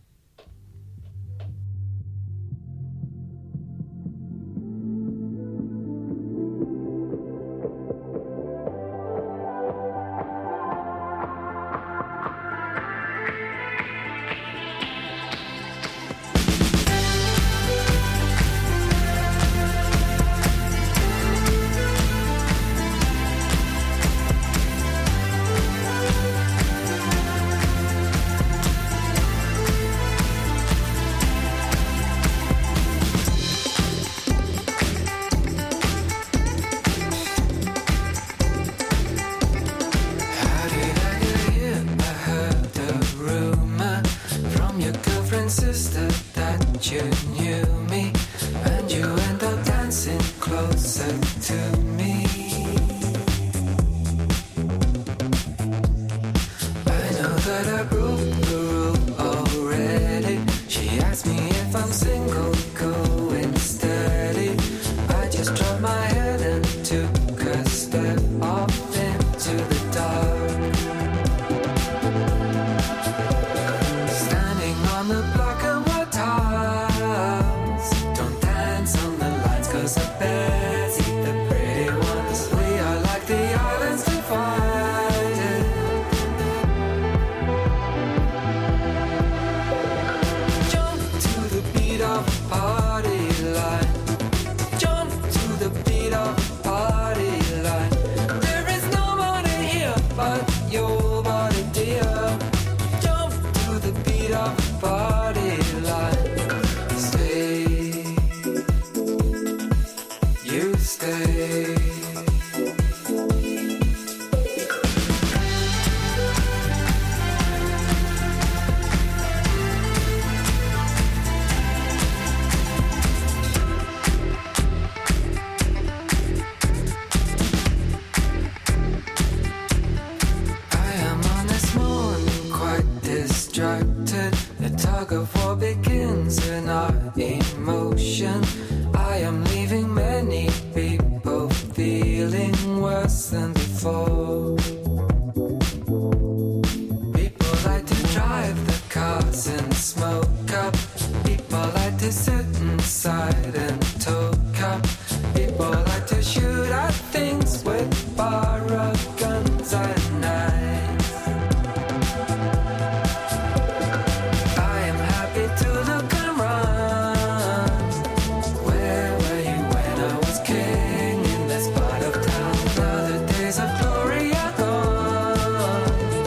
Standing tug of war begins in our emotion. I am leaving many people feeling worse than before. People like to drive the cars and smoke up. People like to sit inside and talk up. People like to shoot at things with borrowed guns at night. I am happy to look and run. Where were you when I was king in this part of town? Now the days of glory are gone.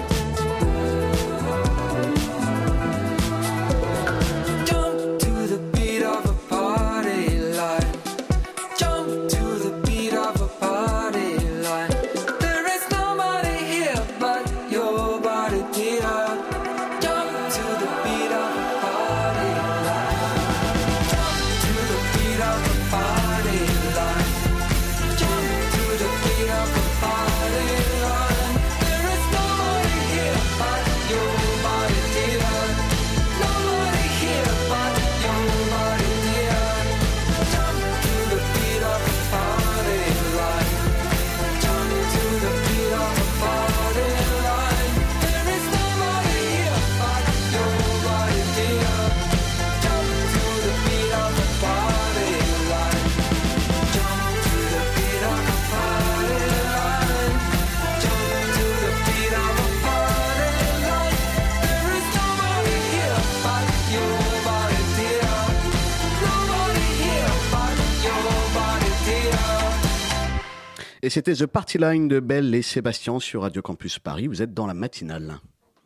Jump to the beat of a party line. Jump to the beat of a party line. There is nobody here but your body, dear. Jump to the beat of a party line. Jump to the beat of a party line. Jump to the beat of a party line. There is nobody here but your body, dear. Nobody here but your body, dear. Jump to the beat of a party line. Jump to the beat of a party line. There is nobody here but your body, dear. Jump to the beat of a party line. Jump to the beat of a party line. Jump to the beat of a party line. There is nobody here but your body, dear. Nobody here but your body, dear. Et c'était The Party Line de Belle et Sébastien sur Radio Campus Paris. Vous êtes dans la matinale.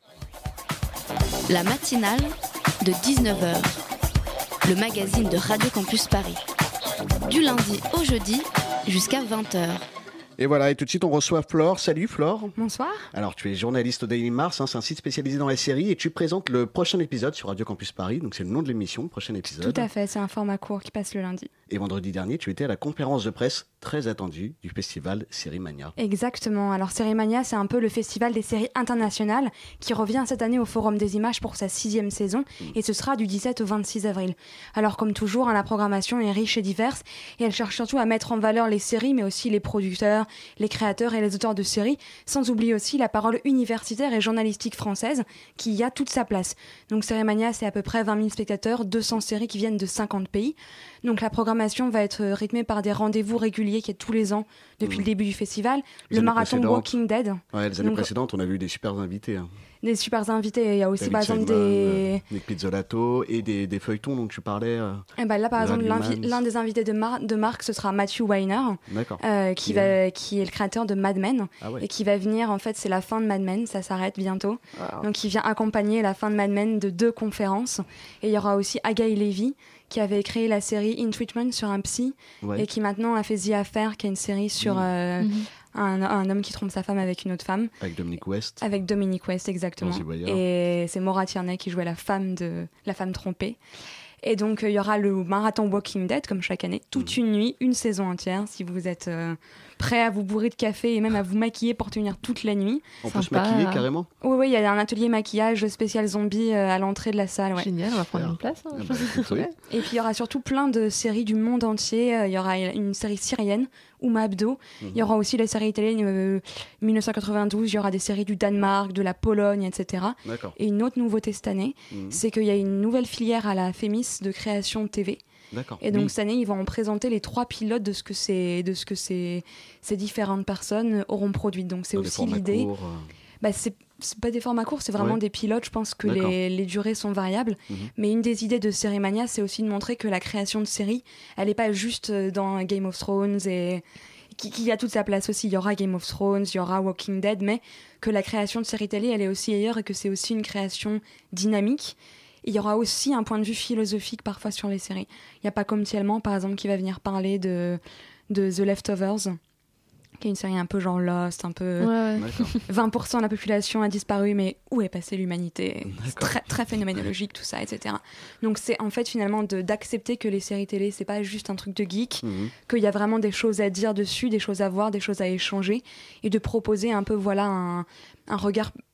La matinale de 19h, le magazine de Radio Campus Paris. Du lundi au jeudi jusqu'à 20h. Et voilà, et tout de suite on reçoit Flore. Salut Flore. Bonsoir. Alors tu es journaliste au Daily Mars, c'est un site spécialisé dans les séries et tu présentes le prochain épisode sur Radio Campus Paris. Donc c'est le nom de l'émission, le prochain épisode. Tout à fait, c'est un format court qui passe le lundi. Et vendredi dernier, tu étais à la conférence de presse très attendue du festival Sérimania. Exactement. Alors Sérimania, c'est un peu le festival des séries internationales qui revient cette année au Forum des Images pour sa 6e saison et ce sera du 17 au 26 avril. Alors comme toujours, la programmation est riche et diverse et elle cherche surtout à mettre en valeur les séries mais aussi les producteurs, les créateurs et les auteurs de séries, sans oublier aussi la parole universitaire et journalistique française qui y a toute sa place. Donc Sérimania, c'est à peu près 20 000 spectateurs, 200 séries qui viennent de 50 pays. Donc la programmation va être rythmée par des rendez-vous réguliers qui est tous les ans depuis le début du festival. Le marathon Walking Dead. Ouais, les années précédentes, on a vu des super invités. Des super invités. Il y a aussi David par exemple Simon, Nick Pizzolatto et des feuilletons dont tu parlais. Et bah là par exemple l'un des invités de marque ce sera Matthew Weiner qui est le créateur de Mad Men et qui va venir, en fait c'est la fin de Mad Men, ça s'arrête bientôt. Donc il vient accompagner la fin de Mad Men de 2 conférences et il y aura aussi Agaï Levy qui avait créé la série In Treatment sur un psy et qui maintenant a fait The Affair qui est une série sur un homme qui trompe sa femme avec une autre femme. Avec Dominique West. Avec Dominique West, exactement. Et c'est Maura Tierney qui jouait la femme trompée. Et donc il y aura le marathon Walking Dead comme chaque année, toute une nuit, une saison entière, si vous êtes prêt à vous bourrer de café et même à vous maquiller pour tenir toute la nuit. On peut se maquiller carrément ? Oui, il y a un atelier maquillage spécial zombie à l'entrée de la salle. Ouais. Génial, on va prendre une place. Et puis il y aura surtout plein de séries du monde entier. Il y aura une série syrienne, Ouma Abdo. Il y aura aussi la série télé 1992. Il y aura des séries du Danemark, de la Pologne, etc. Et une autre nouveauté cette année, c'est qu'il y a une nouvelle filière à la Fémis de création TV. Et donc cette année, ils vont en présenter les 3 pilotes de ce que ces différentes personnes auront produit. Donc c'est aussi l'idée. C'est pas des formats courts, c'est vraiment des pilotes. Je pense que les durées sont variables. Mais une des idées de Sérimania, c'est aussi de montrer que la création de séries, elle n'est pas juste dans Game of Thrones et qui a toute sa place aussi. Il y aura Game of Thrones, il y aura Walking Dead, mais que la création de séries télé, elle est aussi ailleurs et que c'est aussi une création dynamique. Il y aura aussi un point de vue philosophique parfois sur les séries. Il n'y a pas comme Thielman, par exemple, qui va venir parler de The Leftovers, qui est une série un peu genre Lost, un peu... 20% de la population a disparu, mais où est passée l'humanité ? Très, très phénoménologique, tout ça, etc. Donc c'est en fait finalement d'accepter que les séries télé, c'est pas juste un truc de geek, qu'il y a vraiment des choses à dire dessus, des choses à voir, des choses à échanger, et de proposer un peu un regard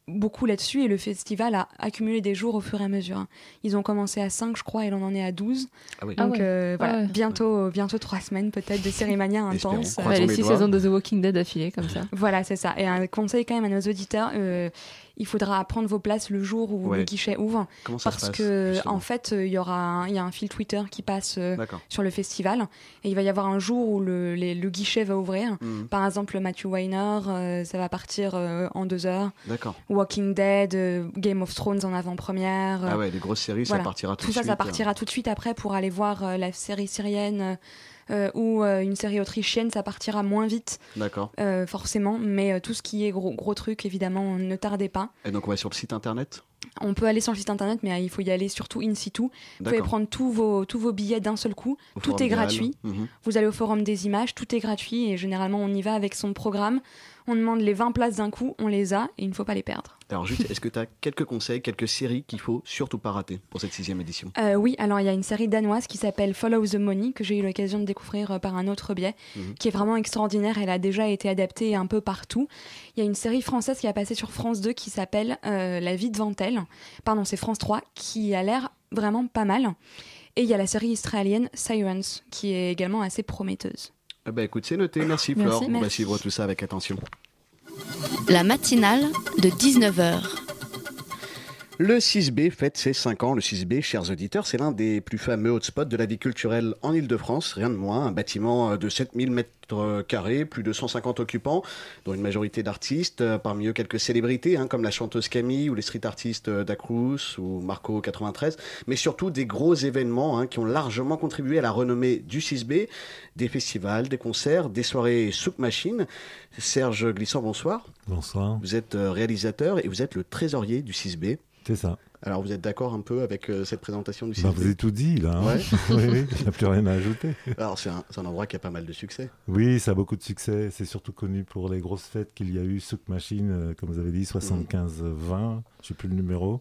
beaucoup là-dessus et le festival a accumulé des jours au fur et à mesure. Hein. Ils ont commencé à 5, je crois, et on en est à 12. Ah oui. Donc Ah ouais. bientôt 3 semaines peut-être de Cérémania intense. Les 6 saisons de The Walking Dead affilées comme ça. Voilà, c'est ça. Et un conseil quand même à nos auditeurs, il faudra prendre vos places le jour où le guichet ouvre. Comment ça se parce passe, que justement en fait, il y a un fil Twitter qui passe sur le festival et il va y avoir un jour où le guichet va ouvrir. Par exemple, Matthew Weiner, ça va partir en 2 heures. D'accord. Walking Dead, Game of Thrones en avant-première. Ah ouais, les grosses séries, voilà. ça partira tout de Tout suite. ça partira tout de suite après pour aller voir la série syrienne. Ou une série autrichienne, ça partira moins vite, D'accord. forcément, mais tout ce qui est gros truc, évidemment, ne tardez pas. Et donc on va sur le site internet ? On peut aller sur le site internet, mais il faut y aller surtout in situ. Vous pouvez prendre tous vos billets d'un seul coup, tout est gratuit. Vous allez au Forum des images, tout est gratuit, et généralement on y va avec son programme. On demande les 20 places d'un coup, on les a, et il ne faut pas les perdre. Alors juste, est-ce que tu as quelques conseils, quelques séries qu'il faut surtout pas rater pour cette 6e édition ? Oui, alors il y a une série danoise qui s'appelle Follow the Money, que j'ai eu l'occasion de découvrir par un autre biais, qui est vraiment extraordinaire. Elle a déjà été adaptée un peu partout. Il y a une série française qui a passé sur France 2 qui s'appelle La vie devant elle. Pardon, c'est France 3, qui a l'air vraiment pas mal. Et il y a la série israélienne Sirens, qui est également assez prometteuse. Écoute, c'est noté. Merci Flore. Merci. On va suivre tout ça avec attention. La matinale de 19h. Le 6B fête ses 5 ans. Le 6B, chers auditeurs, c'est l'un des plus fameux hotspots de la vie culturelle en Île-de-France. Rien de moins, un bâtiment de 7000 mètres carrés, plus de 150 occupants, dont une majorité d'artistes, parmi eux quelques célébrités, comme la chanteuse Camille ou les street artistes Dacrous ou Marco 93, mais surtout des gros événements qui ont largement contribué à la renommée du 6B, des festivals, des concerts, des soirées Souk Machine. Serge Glissant, bonsoir. Bonsoir. Vous êtes réalisateur et vous êtes le trésorier du 6B. C'est ça. Alors, vous êtes d'accord un peu avec cette présentation du 6B ? Vous avez tout dit, là. Ouais. Oui, il n'y a plus rien à ajouter. Alors, c'est un endroit qui a pas mal de succès. Oui, ça a beaucoup de succès. C'est surtout connu pour les grosses fêtes qu'il y a eu. Souk Machine, comme vous avez dit, 75-20, je ne sais plus le numéro.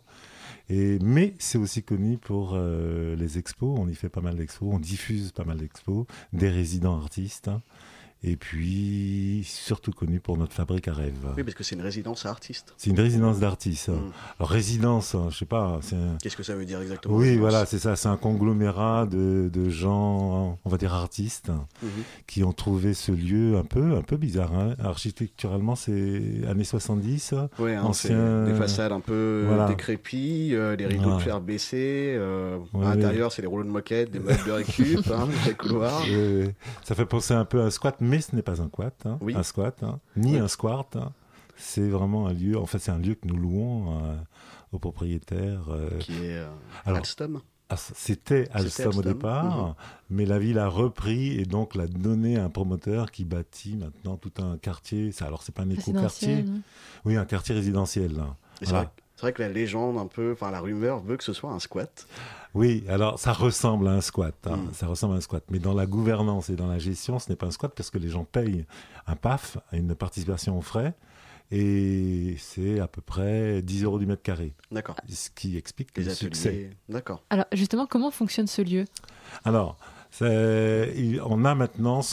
Mais c'est aussi connu pour les expos. On y fait pas mal d'expos. On diffuse pas mal d'expos. Des résidents artistes. Et puis, surtout connu pour notre fabrique à rêves. Oui, parce que c'est une résidence à artistes. C'est une résidence d'artistes. Alors, résidence, je sais pas. Qu'est-ce que ça veut dire exactement ? Oui, voilà, c'est ça. C'est un conglomérat de gens, on va dire artistes, qui ont trouvé ce lieu un peu bizarre. Architecturalement, c'est années 70. Oui, c'est des façades un peu décrépies, des rideaux de fer baissés. À l'intérieur, c'est des rouleaux de moquette, des meubles de récup, des couloirs. Ça fait penser un peu à un squat, mais ce n'est pas un squat, un squat, ni un squat. C'est vraiment un lieu. En fait, c'est un lieu que nous louons au propriétaire. Qui est Alstom. C'était Alstom au départ, mais la ville a repris et donc l'a donné à un promoteur qui bâtit maintenant tout un quartier. Alors, c'est pas un éco-quartier. Oui, un quartier résidentiel. Voilà. C'est vrai que la légende, la rumeur veut que ce soit un squat. Oui, alors ça ressemble à un squat. Ça ressemble à un squat. Mais dans la gouvernance et dans la gestion, ce n'est pas un squat parce que les gens payent un PAF, une participation aux frais. Et c'est à peu près 10 € du mètre carré. D'accord. Ce qui explique les le ateliers. Succès. D'accord. Alors, justement, comment fonctionne ce lieu ? Alors, on a maintenant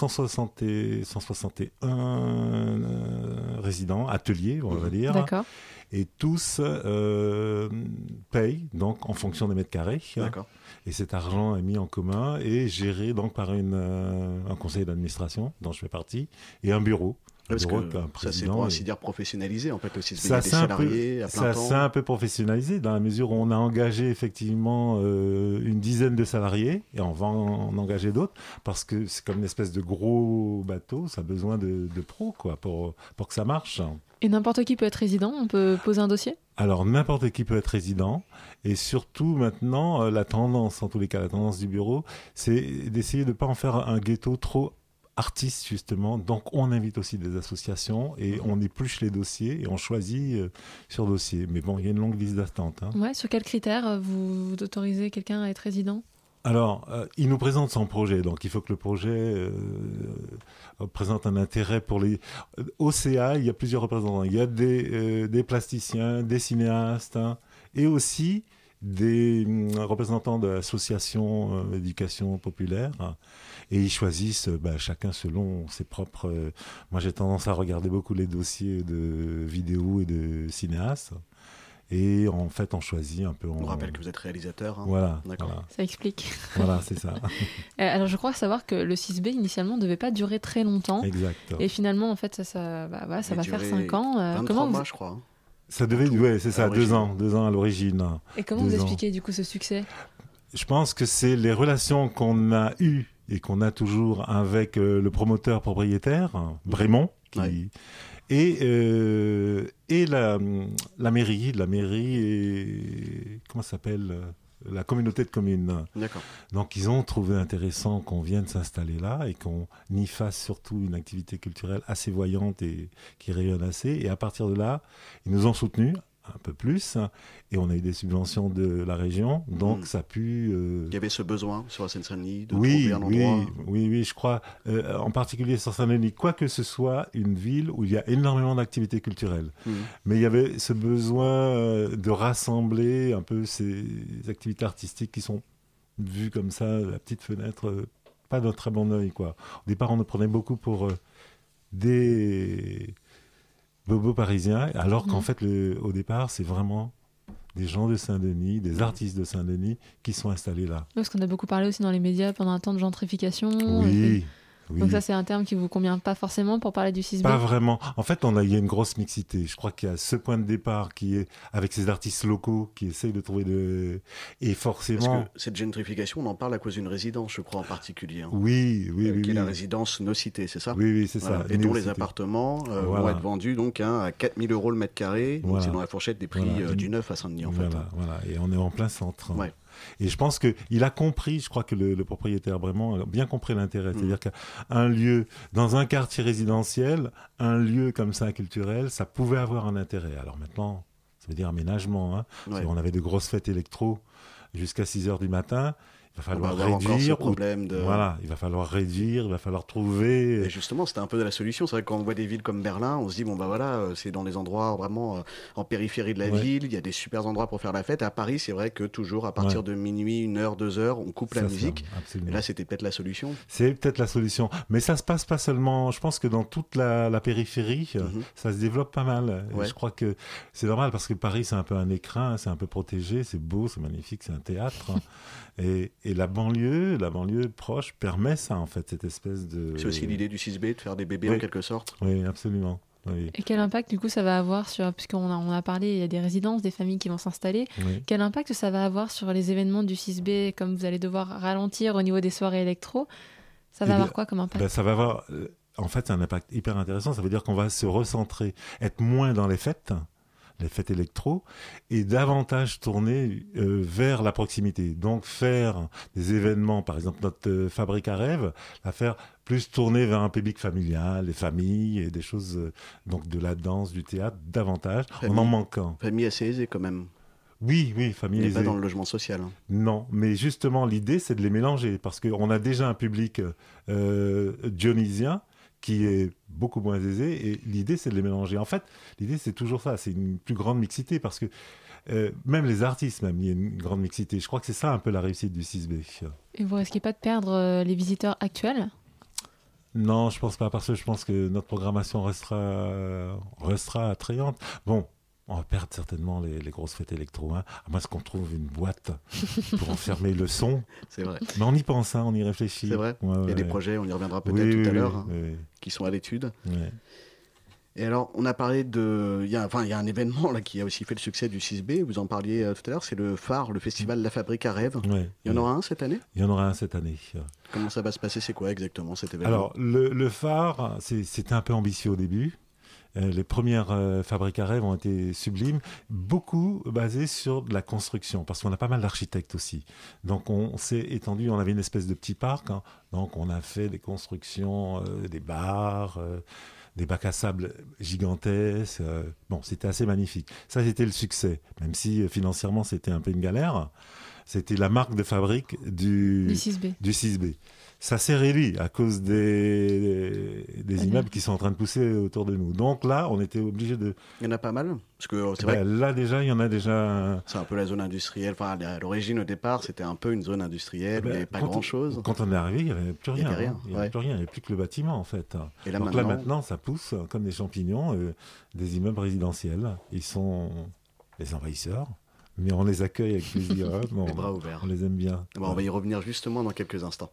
161 résidents, ateliers, on va dire. D'accord. Et tous payent donc en fonction des mètres carrés. D'accord. Et cet argent est mis en commun et géré donc par un conseil d'administration dont je fais partie et un bureau. Parce que ça, c'est pour ainsi dire professionnalisé, en fait, aussi. Il y a des salariés à plein temps. Ça s'est un peu professionnalisé dans la mesure où on a engagé effectivement une dizaine de salariés et on va en engager d'autres parce que c'est comme une espèce de gros bateau, ça a besoin de pros pour que ça marche. Et n'importe qui peut être résident, on peut poser un dossier ? Alors, n'importe qui peut être résident. Et surtout, maintenant, la tendance, en tous les cas, la tendance du bureau, c'est d'essayer de ne pas en faire un ghetto trop artistes justement, donc on invite aussi des associations et on épluche les dossiers et on choisit sur dossier. Mais bon, il y a une longue liste d'attente. Ouais, sur quels critères vous autorisez quelqu'un à être résident ? Alors, il nous présente son projet, donc il faut que le projet présente un intérêt pour les... Au CA, il y a plusieurs représentants. Il y a des plasticiens, des cinéastes et aussi des représentants de l'association d'éducation populaire. Et ils choisissent chacun selon ses propres... moi, j'ai tendance à regarder beaucoup les dossiers de vidéos et de cinéastes. Et en fait, on choisit un peu... On rappelle que vous êtes réalisateur. Hein. Voilà. D'accord. Voilà. Ça explique. Voilà, c'est ça. Alors, je crois savoir que le 6B, initialement, ne devait pas durer très longtemps. Exact. Et finalement, en fait, ça va faire 5 ans. 23 mois, je crois. Ça devait, c'est ça, 2 ans à l'origine. Et comment vous expliquez, du coup, ce succès ? Je pense que c'est les relations qu'on a eues et qu'on a toujours avec le promoteur propriétaire, Brémond, et la mairie et comment ça s'appelle la communauté de communes. D'accord. Donc ils ont trouvé intéressant qu'on vienne s'installer là et qu'on y fasse surtout une activité culturelle assez voyante et qui rayonne assez. Et à partir de là, ils nous ont soutenus un peu plus et on a eu des subventions de la région, donc ça a pu... Il y avait ce besoin sur la Seine-Saint-Denis de trouver un endroit... Oui, je crois, en particulier sur Saint-Denis, quoi que ce soit une ville où il y a énormément d'activités culturelles. Mais il y avait ce besoin de rassembler un peu ces activités artistiques qui sont vues comme ça, la petite fenêtre, pas d'un très bon œil, quoi. Au départ, on nous prenait beaucoup pour des... bobos parisiens, alors qu'en fait, au départ, c'est vraiment des gens de Saint-Denis, des artistes de Saint-Denis qui sont installés là. Parce qu'on a beaucoup parlé aussi dans les médias pendant un temps de gentrification. Oui. Donc ça, c'est un terme qui vous convient pas forcément pour parler du 6B ? Pas vraiment. En fait, il y a une grosse mixité. Je crois qu'il y a ce point de départ qui est avec ces artistes locaux qui essayent de trouver Et forcément... Parce que cette gentrification, on en parle à cause d'une résidence, je crois, en particulier. Hein. Oui. Qui est la résidence Nocité, c'est ça ? Oui, c'est ça. Et dont les appartements vont être vendus donc, à 4 000 € le mètre carré. Donc c'est dans la fourchette des prix du neuf à Saint-Denis, en fait. Voilà. Et on est en plein centre. Ouais. Et je pense qu'il a compris, je crois que le propriétaire Brémond a bien compris l'intérêt. C'est-à-dire qu'un lieu, dans un quartier résidentiel, un lieu comme ça culturel, ça pouvait avoir un intérêt. Alors maintenant, ça veut dire aménagement. Hein. On avait de grosses fêtes électro jusqu'à 6h du matin. Il va falloir réduire. Voilà, il va falloir réduire, il va falloir trouver. Et justement, c'était un peu de la solution. C'est vrai que quand on voit des villes comme Berlin, on se dit, c'est dans des endroits vraiment en périphérie de la ville, il y a des super endroits pour faire la fête. À Paris, c'est vrai que toujours à partir de minuit, 1h, 2h, on coupe la musique. Et là, c'était peut-être la solution. C'est peut-être la solution. Mais ça se passe pas seulement. Je pense que dans toute la périphérie, ça se développe pas mal. Je crois que c'est normal parce que Paris, c'est un peu un écrin, c'est un peu protégé, c'est beau, c'est magnifique, c'est un théâtre. Et la banlieue proche permet ça, en fait, cette espèce de... C'est aussi l'idée du 6B, de faire des bébés en quelque sorte. Oui, absolument. Oui. Et quel impact, du coup, ça va avoir sur... Puisqu'on a parlé, il y a des résidences, des familles qui vont s'installer. Oui. Quel impact ça va avoir sur les événements du 6B, comme vous allez devoir ralentir au niveau des soirées électro ? Ça va avoir quoi comme impact ? Ça va avoir... En fait, c'est un impact hyper intéressant. Ça veut dire qu'on va se recentrer, être moins dans les fêtes électro, et davantage tourner vers la proximité. Donc faire des événements, par exemple notre fabrique à rêves, la faire plus tourner vers un public familial, les familles, et des choses, donc de la danse, du théâtre, davantage, en manquant. Famille assez aisée quand même. Oui, famille aisée. Pas dans le logement social. Hein. Non, mais justement l'idée c'est de les mélanger, parce qu'on a déjà un public dionysien, qui est beaucoup moins aisé, et l'idée c'est de les mélanger. En fait, l'idée c'est toujours ça, c'est une plus grande mixité, parce que même les artistes, il y a une grande mixité. Je crois que c'est ça un peu la réussite du 6B. Et vous risquez pas de perdre les visiteurs actuels ? Non, je pense pas, parce que je pense que notre programmation restera attrayante. Bon, on va perdre certainement les grosses fêtes électro, à moins qu'on trouve une boîte pour enfermer le son. C'est vrai. Mais on y pense, on y réfléchit. C'est vrai. Il y a des projets, on y reviendra peut-être tout à l'heure, qui sont à l'étude. Oui. Et alors, on a parlé de... Il y a un événement là, qui a aussi fait le succès du 6B, vous en parliez tout à l'heure, c'est le phare, le festival La Fabrique à Rêves. Il y en aura un cette année ? Il y en aura un cette année. Comment ça va se passer ? C'est quoi exactement cet événement ? Alors, le phare, c'était un peu ambitieux au début. Les premières fabriques à rêves ont été sublimes, beaucoup basées sur de la construction, parce qu'on a pas mal d'architectes aussi. Donc on s'est étendu, on avait une espèce de petit parc, donc on a fait des constructions, des bars, des bacs à sable gigantesques. Bon, c'était assez magnifique. Ça, c'était le succès, même si financièrement c'était un peu une galère. C'était la marque de fabrique du 6B. Du 6B. Ça s'est réduit à cause des immeubles qui sont en train de pousser autour de nous. Donc là, on était obligé de... Il y en a pas mal parce que c'est vrai. Là, déjà, il y en a déjà... C'est un peu la zone industrielle. Enfin, à l'origine, au départ, c'était un peu une zone industrielle. Il n'y avait pas grand-chose. Quand on est arrivé, il n'y avait plus rien. Il n'y avait plus rien. Il n'y avait plus que le bâtiment, en fait. Et là, donc maintenant, ça pousse comme des champignons, des immeubles résidentiels. Ils sont les envahisseurs. Mais on les accueille avec plaisir. Bon, les bras ouverts. On les aime bien. Bon, on va y revenir justement dans quelques instants.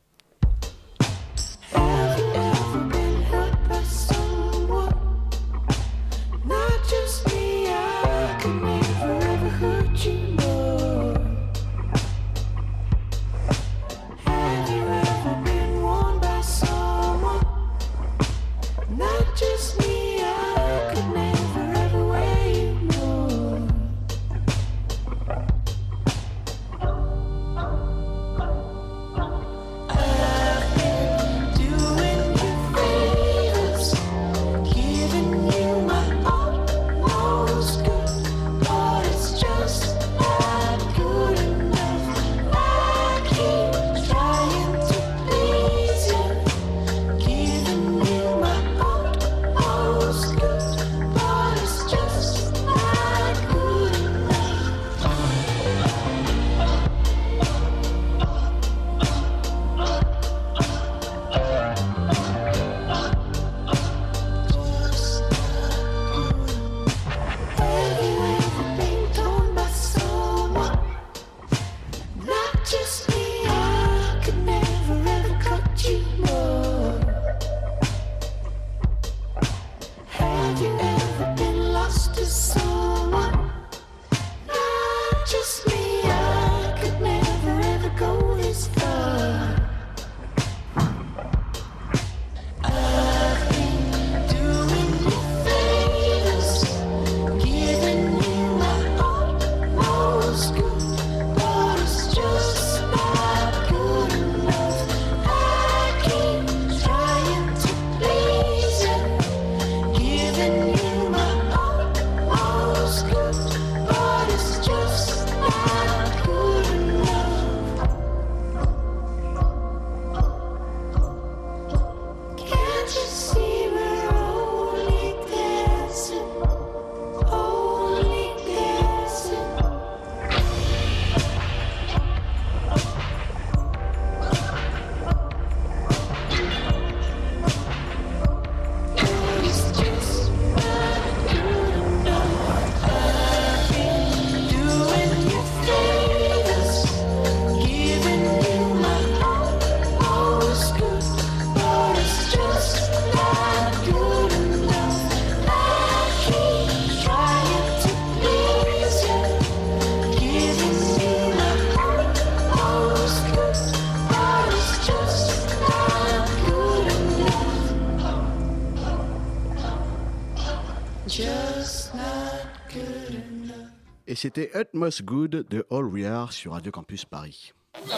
Et c'était Utmost Good de All We Are sur Radio Campus Paris.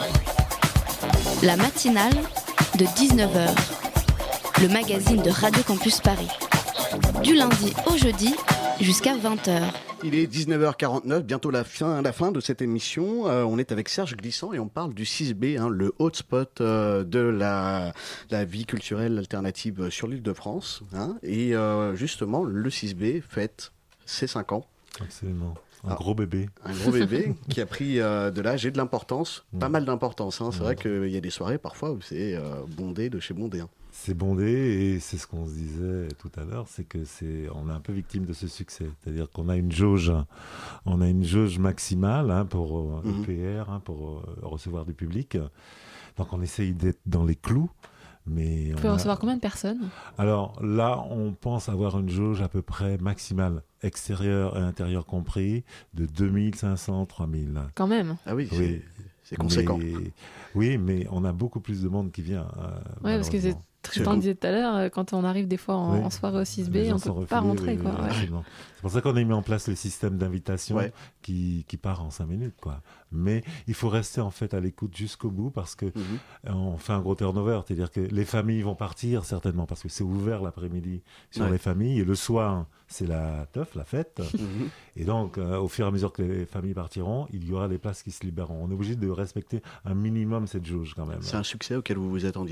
La matinale de 19h, le magazine de Radio Campus Paris. Du lundi au jeudi jusqu'à 20h. Il est 19h49, bientôt la fin de cette émission. On est avec Serge Glissant et on parle du 6B, le hotspot de la vie culturelle alternative sur l'île de France. Et justement, le 6B fête ses 5 ans. Absolument. Un gros bébé. Un gros bébé qui a pris de l'âge et de l'importance, pas mal d'importance. C'est vrai qu'il y a des soirées parfois où c'est bondé de chez bondé. C'est bondé et c'est ce qu'on se disait tout à l'heure, c'est que on est un peu victime de ce succès. C'est-à-dire qu'on a une jauge maximale pour EPR, pour recevoir du public. Donc on essaye d'être dans les clous. Mais vous pouvez recevoir combien de personnes ? Alors là, on pense avoir une jauge à peu près maximale, extérieure et intérieure compris, de 2500, 3000. Quand même. Ah oui. C'est conséquent. Oui, mais on a beaucoup plus de monde qui vient. Oui, parce que Tristan disait tout à l'heure, quand on arrive des fois en soirée au 6B, on ne peut pas rentrer. Oui, c'est pour ça qu'on a mis en place le système d'invitation qui part en 5 minutes. Quoi. Mais il faut rester en fait à l'écoute jusqu'au bout parce que on fait un gros turnover. C'est-à-dire que les familles vont partir certainement parce que c'est ouvert l'après-midi sur les familles. Et le soir, c'est la teuf, la fête. Et donc, au fur et à mesure que les familles partiront, il y aura des places qui se libéreront. On est obligé de respecter un minimum cette jauge quand même. C'est un succès auquel vous vous attendiez ?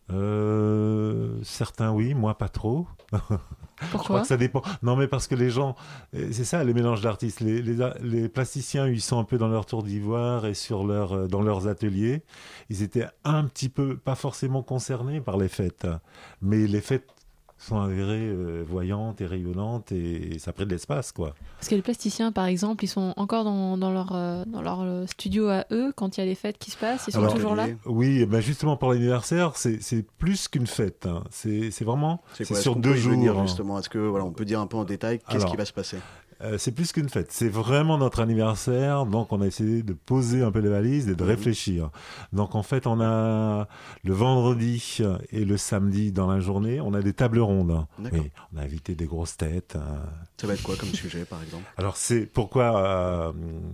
Certains oui, moi pas trop. Pourquoi ? Je crois que ça dépend. Non mais parce que les gens, c'est ça les mélanges d'artistes. Les plasticiens, ils sont un peu dans leur tour d'ivoire et dans leurs ateliers. Ils étaient un petit peu, pas forcément concernés par les fêtes, mais les fêtes sont avérées voyantes et rayonnantes et ça prend de l'espace quoi. Parce que les plasticiens par exemple ils sont encore dans leur studio à eux quand il y a les fêtes qui se passent, ils sont toujours là. Oui, ben justement pour l'anniversaire c'est plus qu'une fête, hein. C'est vraiment c'est quoi, sur 2 jours. Dire, justement, est-ce que on peut dire un peu en détail qu'est-ce qui va se passer? C'est plus qu'une fête, c'est vraiment notre anniversaire, donc on a essayé de poser un peu les valises et de réfléchir. Donc en fait on a le vendredi et le samedi dans la journée, on a des tables rondes. Oui, on a invité des grosses têtes. Ça va être quoi comme sujet par exemple? Alors c'est pourquoi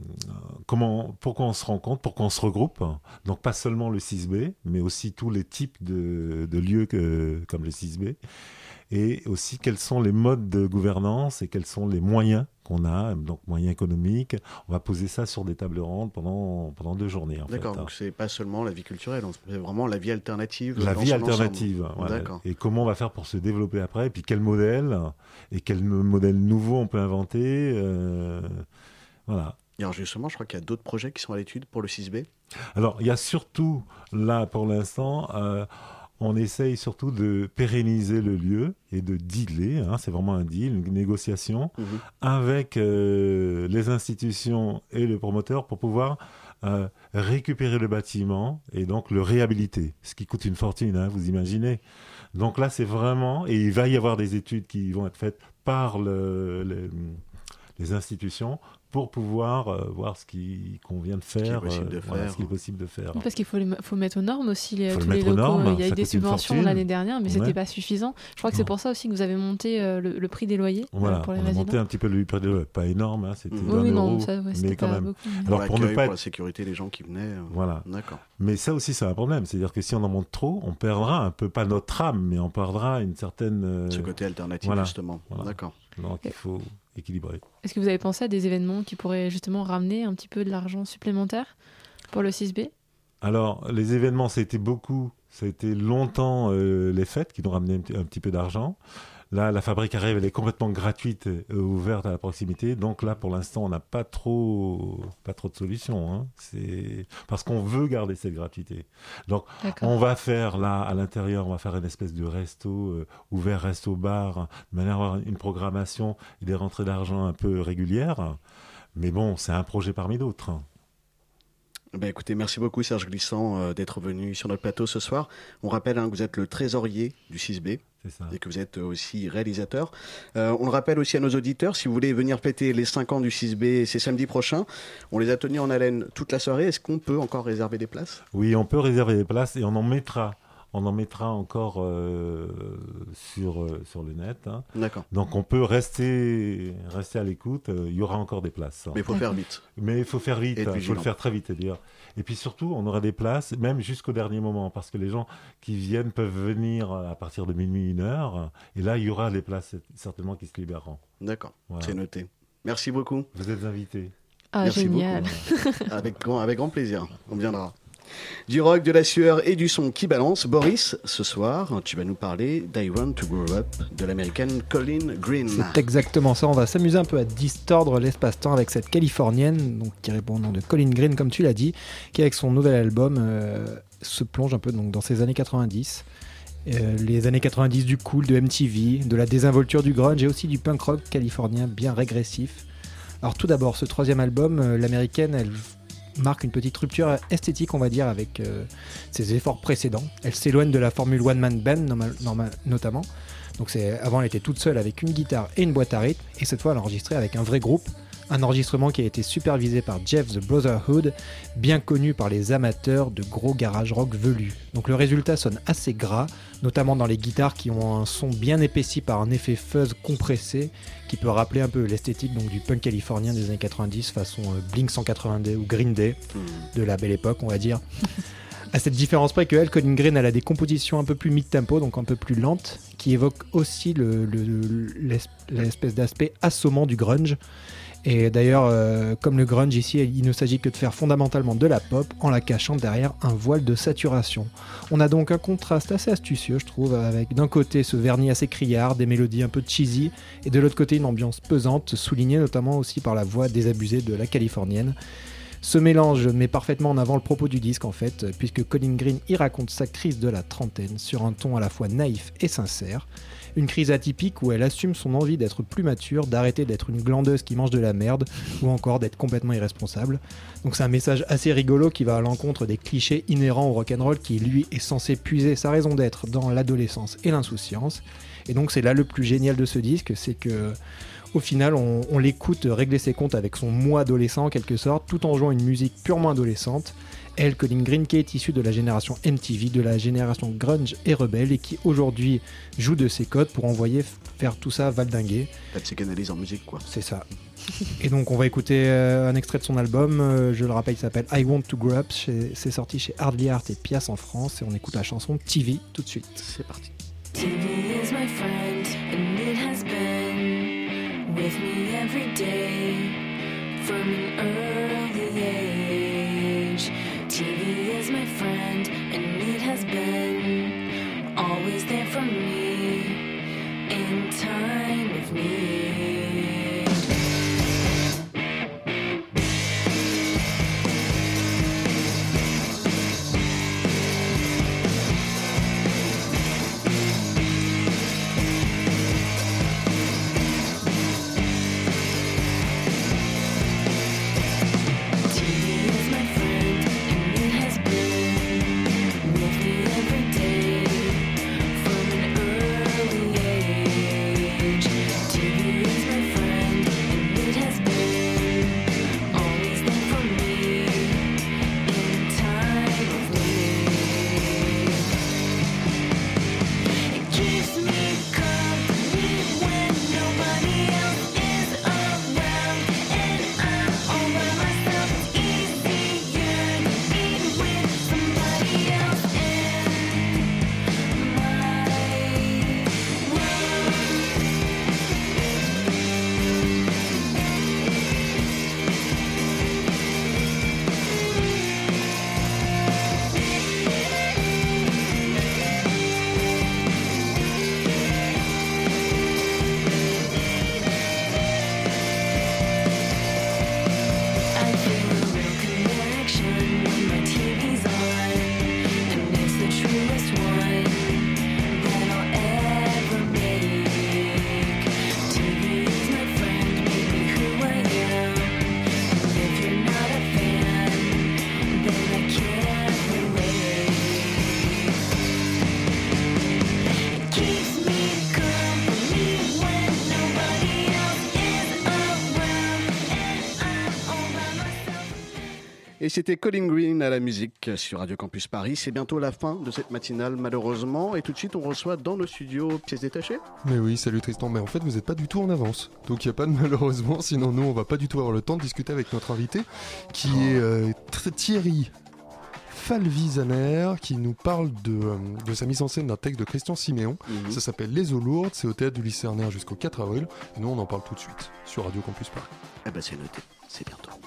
on se rencontre, pourquoi on se regroupe, donc pas seulement le 6B, mais aussi tous les types de lieux comme le 6B. Et aussi quels sont les modes de gouvernance et quels sont les moyens qu'on a, donc moyens économiques. On va poser ça sur des tables rondes pendant 2 journées. D'accord, donc c'est pas seulement la vie culturelle, c'est vraiment la vie alternative. La vie alternative, voilà. Et comment on va faire pour se développer après, et puis quel modèle, et quel modèle nouveau on peut inventer. Voilà. Et alors justement, je crois qu'il y a d'autres projets qui sont à l'étude pour le 6B. Alors il y a surtout, là pour l'instant... on essaye surtout de pérenniser le lieu et de dealer, hein, c'est vraiment un deal, une négociation avec les institutions et le promoteur pour pouvoir récupérer le bâtiment et donc le réhabiliter, ce qui coûte une fortune, hein, vous imaginez. Donc là, c'est vraiment, et il va y avoir des études qui vont être faites par les institutions pour pouvoir voir ce qu'il convient de faire, ce qui est possible de faire. Parce qu'il faut mettre aux normes aussi tous les locaux. Il y a eu des subventions l'année dernière, mais c'était pas suffisant. Je crois que c'est pour ça aussi que vous avez monté le prix des loyers pour les résidents. On a monté un petit peu le prix des loyers, pas énorme, hein, c'était €1, mais quand même. Beaucoup, alors pour la sécurité des gens qui venaient. Voilà. D'accord. Mais ça aussi c'est un problème, c'est-à-dire que si on en monte trop, on perdra un peu, pas notre âme, mais on perdra une certaine. Ce côté alternatif justement. D'accord. Donc il faut équilibrer. Est-ce que vous avez pensé à des événements qui pourraient justement ramener un petit peu de l'argent supplémentaire pour le 6B ? Alors, les événements, ça a été longtemps les fêtes qui nous ramenaient un petit peu d'argent. Là, la fabrique arrive, elle est complètement gratuite, ouverte à la proximité. Donc là, pour l'instant, on n'a pas trop de solutions. Hein. C'est parce qu'on veut garder cette gratuité. Donc, on va faire là, à l'intérieur, on va faire une espèce de resto ouvert, resto-bar, de manière à avoir une programmation et des rentrées d'argent un peu régulières. Mais bon, c'est un projet parmi d'autres. Ben écoutez, merci beaucoup Serge Glissant d'être venu sur notre plateau ce soir. On rappelle que vous êtes le trésorier du 6B. Et que vous êtes aussi réalisateur. On le rappelle aussi à nos auditeurs, si vous voulez venir fêter les 5 ans du 6B, c'est samedi prochain. On les a tenus en haleine toute la soirée. Est-ce qu'on peut encore réserver des places ? Oui, on peut réserver des places et on en mettra encore sur le net. Hein. D'accord. Donc on peut rester à l'écoute. Il y aura encore des places. Mais il faut faire vite. Mais il faut faire vite. Il faut le faire très vite. Dire. Et puis surtout, on aura des places, même jusqu'au dernier moment, parce que les gens qui viennent peuvent venir à partir de minuit, 1h. Et là, il y aura des places certainement qui se libéreront. D'accord, c'est noté. Merci beaucoup. Vous êtes invités. Ah, merci génial. Beaucoup. Avec grand plaisir. On viendra. Du rock, de la sueur et du son qui balance. Boris, ce soir, tu vas nous parler d'I Want to Grow Up de l'américaine Colin Green. C'est exactement ça. On va s'amuser un peu à distordre l'espace-temps avec cette Californienne, donc, qui répond au nom de Colin Green, comme tu l'as dit, qui avec son nouvel album se plonge un peu donc, dans ces années 90. Les années 90 du cool, de MTV, de la désinvolture du grunge et aussi du punk rock californien bien régressif. Alors tout d'abord, ce 3e album, l'américaine, elle marque une petite rupture esthétique, on va dire, avec ses efforts précédents. Elle s'éloigne de la formule One Man Band, notamment. Donc avant, elle était toute seule avec une guitare et une boîte à rythme. Et cette fois, elle a enregistré avec un vrai groupe, Un enregistrement qui a été supervisé par Jeff the Brotherhood, bien connu par les amateurs de gros garage rock velus. Donc le résultat sonne assez gras, notamment dans les guitares qui ont un son bien épaissi par un effet fuzz compressé qui peut rappeler un peu l'esthétique donc, du punk californien des années 90 façon Blink 182 ou Green Day, de la belle époque on va dire. À cette différence près que Colin Green elle a des compositions un peu plus mid-tempo, donc un peu plus lentes, qui évoquent aussi l'espèce d'aspect assommant du grunge. Et d'ailleurs, comme le grunge ici, il ne s'agit que de faire fondamentalement de la pop en la cachant derrière un voile de saturation. On a donc un contraste assez astucieux, je trouve, avec d'un côté ce vernis assez criard, des mélodies un peu cheesy, et de l'autre côté une ambiance pesante, soulignée notamment aussi par la voix désabusée de la californienne. Ce mélange met parfaitement en avant le propos du disque en fait, puisque Colin Green y raconte sa crise de la trentaine sur un ton à la fois naïf et sincère. Une crise atypique où elle assume son envie d'être plus mature, d'arrêter d'être une glandeuse qui mange de la merde, ou encore d'être complètement irresponsable. Donc c'est un message assez rigolo qui va à l'encontre des clichés inhérents au rock'n'roll qui lui est censé puiser sa raison d'être dans l'adolescence et l'insouciance. Et donc c'est là le plus génial de ce disque, c'est que au final on l'écoute régler ses comptes avec son moi adolescent en quelque sorte, tout en jouant une musique purement adolescente. Elle, Colin Green, qui est issue de la génération MTV, de la génération grunge et rebelle, et qui aujourd'hui joue de ses codes pour envoyer faire tout ça valdinguer. La psychanalyse en musique, quoi. C'est ça. Et donc on va écouter un extrait de son album, je le rappelle, il s'appelle I Want to Grow Up, c'est sorti chez Hardly Art et Pias en France, et on écoute la chanson TV tout de suite. C'est parti. TV is my friend, and it has been with me every day from an early age. TV is my friend, and it has been always there for me in time of need. Et c'était Colin Green à la musique sur Radio Campus Paris. C'est bientôt la fin de cette matinale, malheureusement. Et tout de suite, on reçoit dans nos studios Pièces Détachées. Mais oui, salut Tristan. Mais en fait, vous n'êtes pas du tout en avance. Donc il n'y a pas de malheureusement. Sinon, nous, on va pas du tout avoir le temps de discuter avec notre invité, qui est Thierry Falvisaner, qui nous parle de sa mise en scène d'un texte de Christian Siméon. Ça s'appelle Les eaux lourdes. C'est au théâtre du Lycéernaire jusqu'au 4 avril. Et nous, on en parle tout de suite sur Radio Campus Paris. Eh ben, c'est noté. C'est bientôt.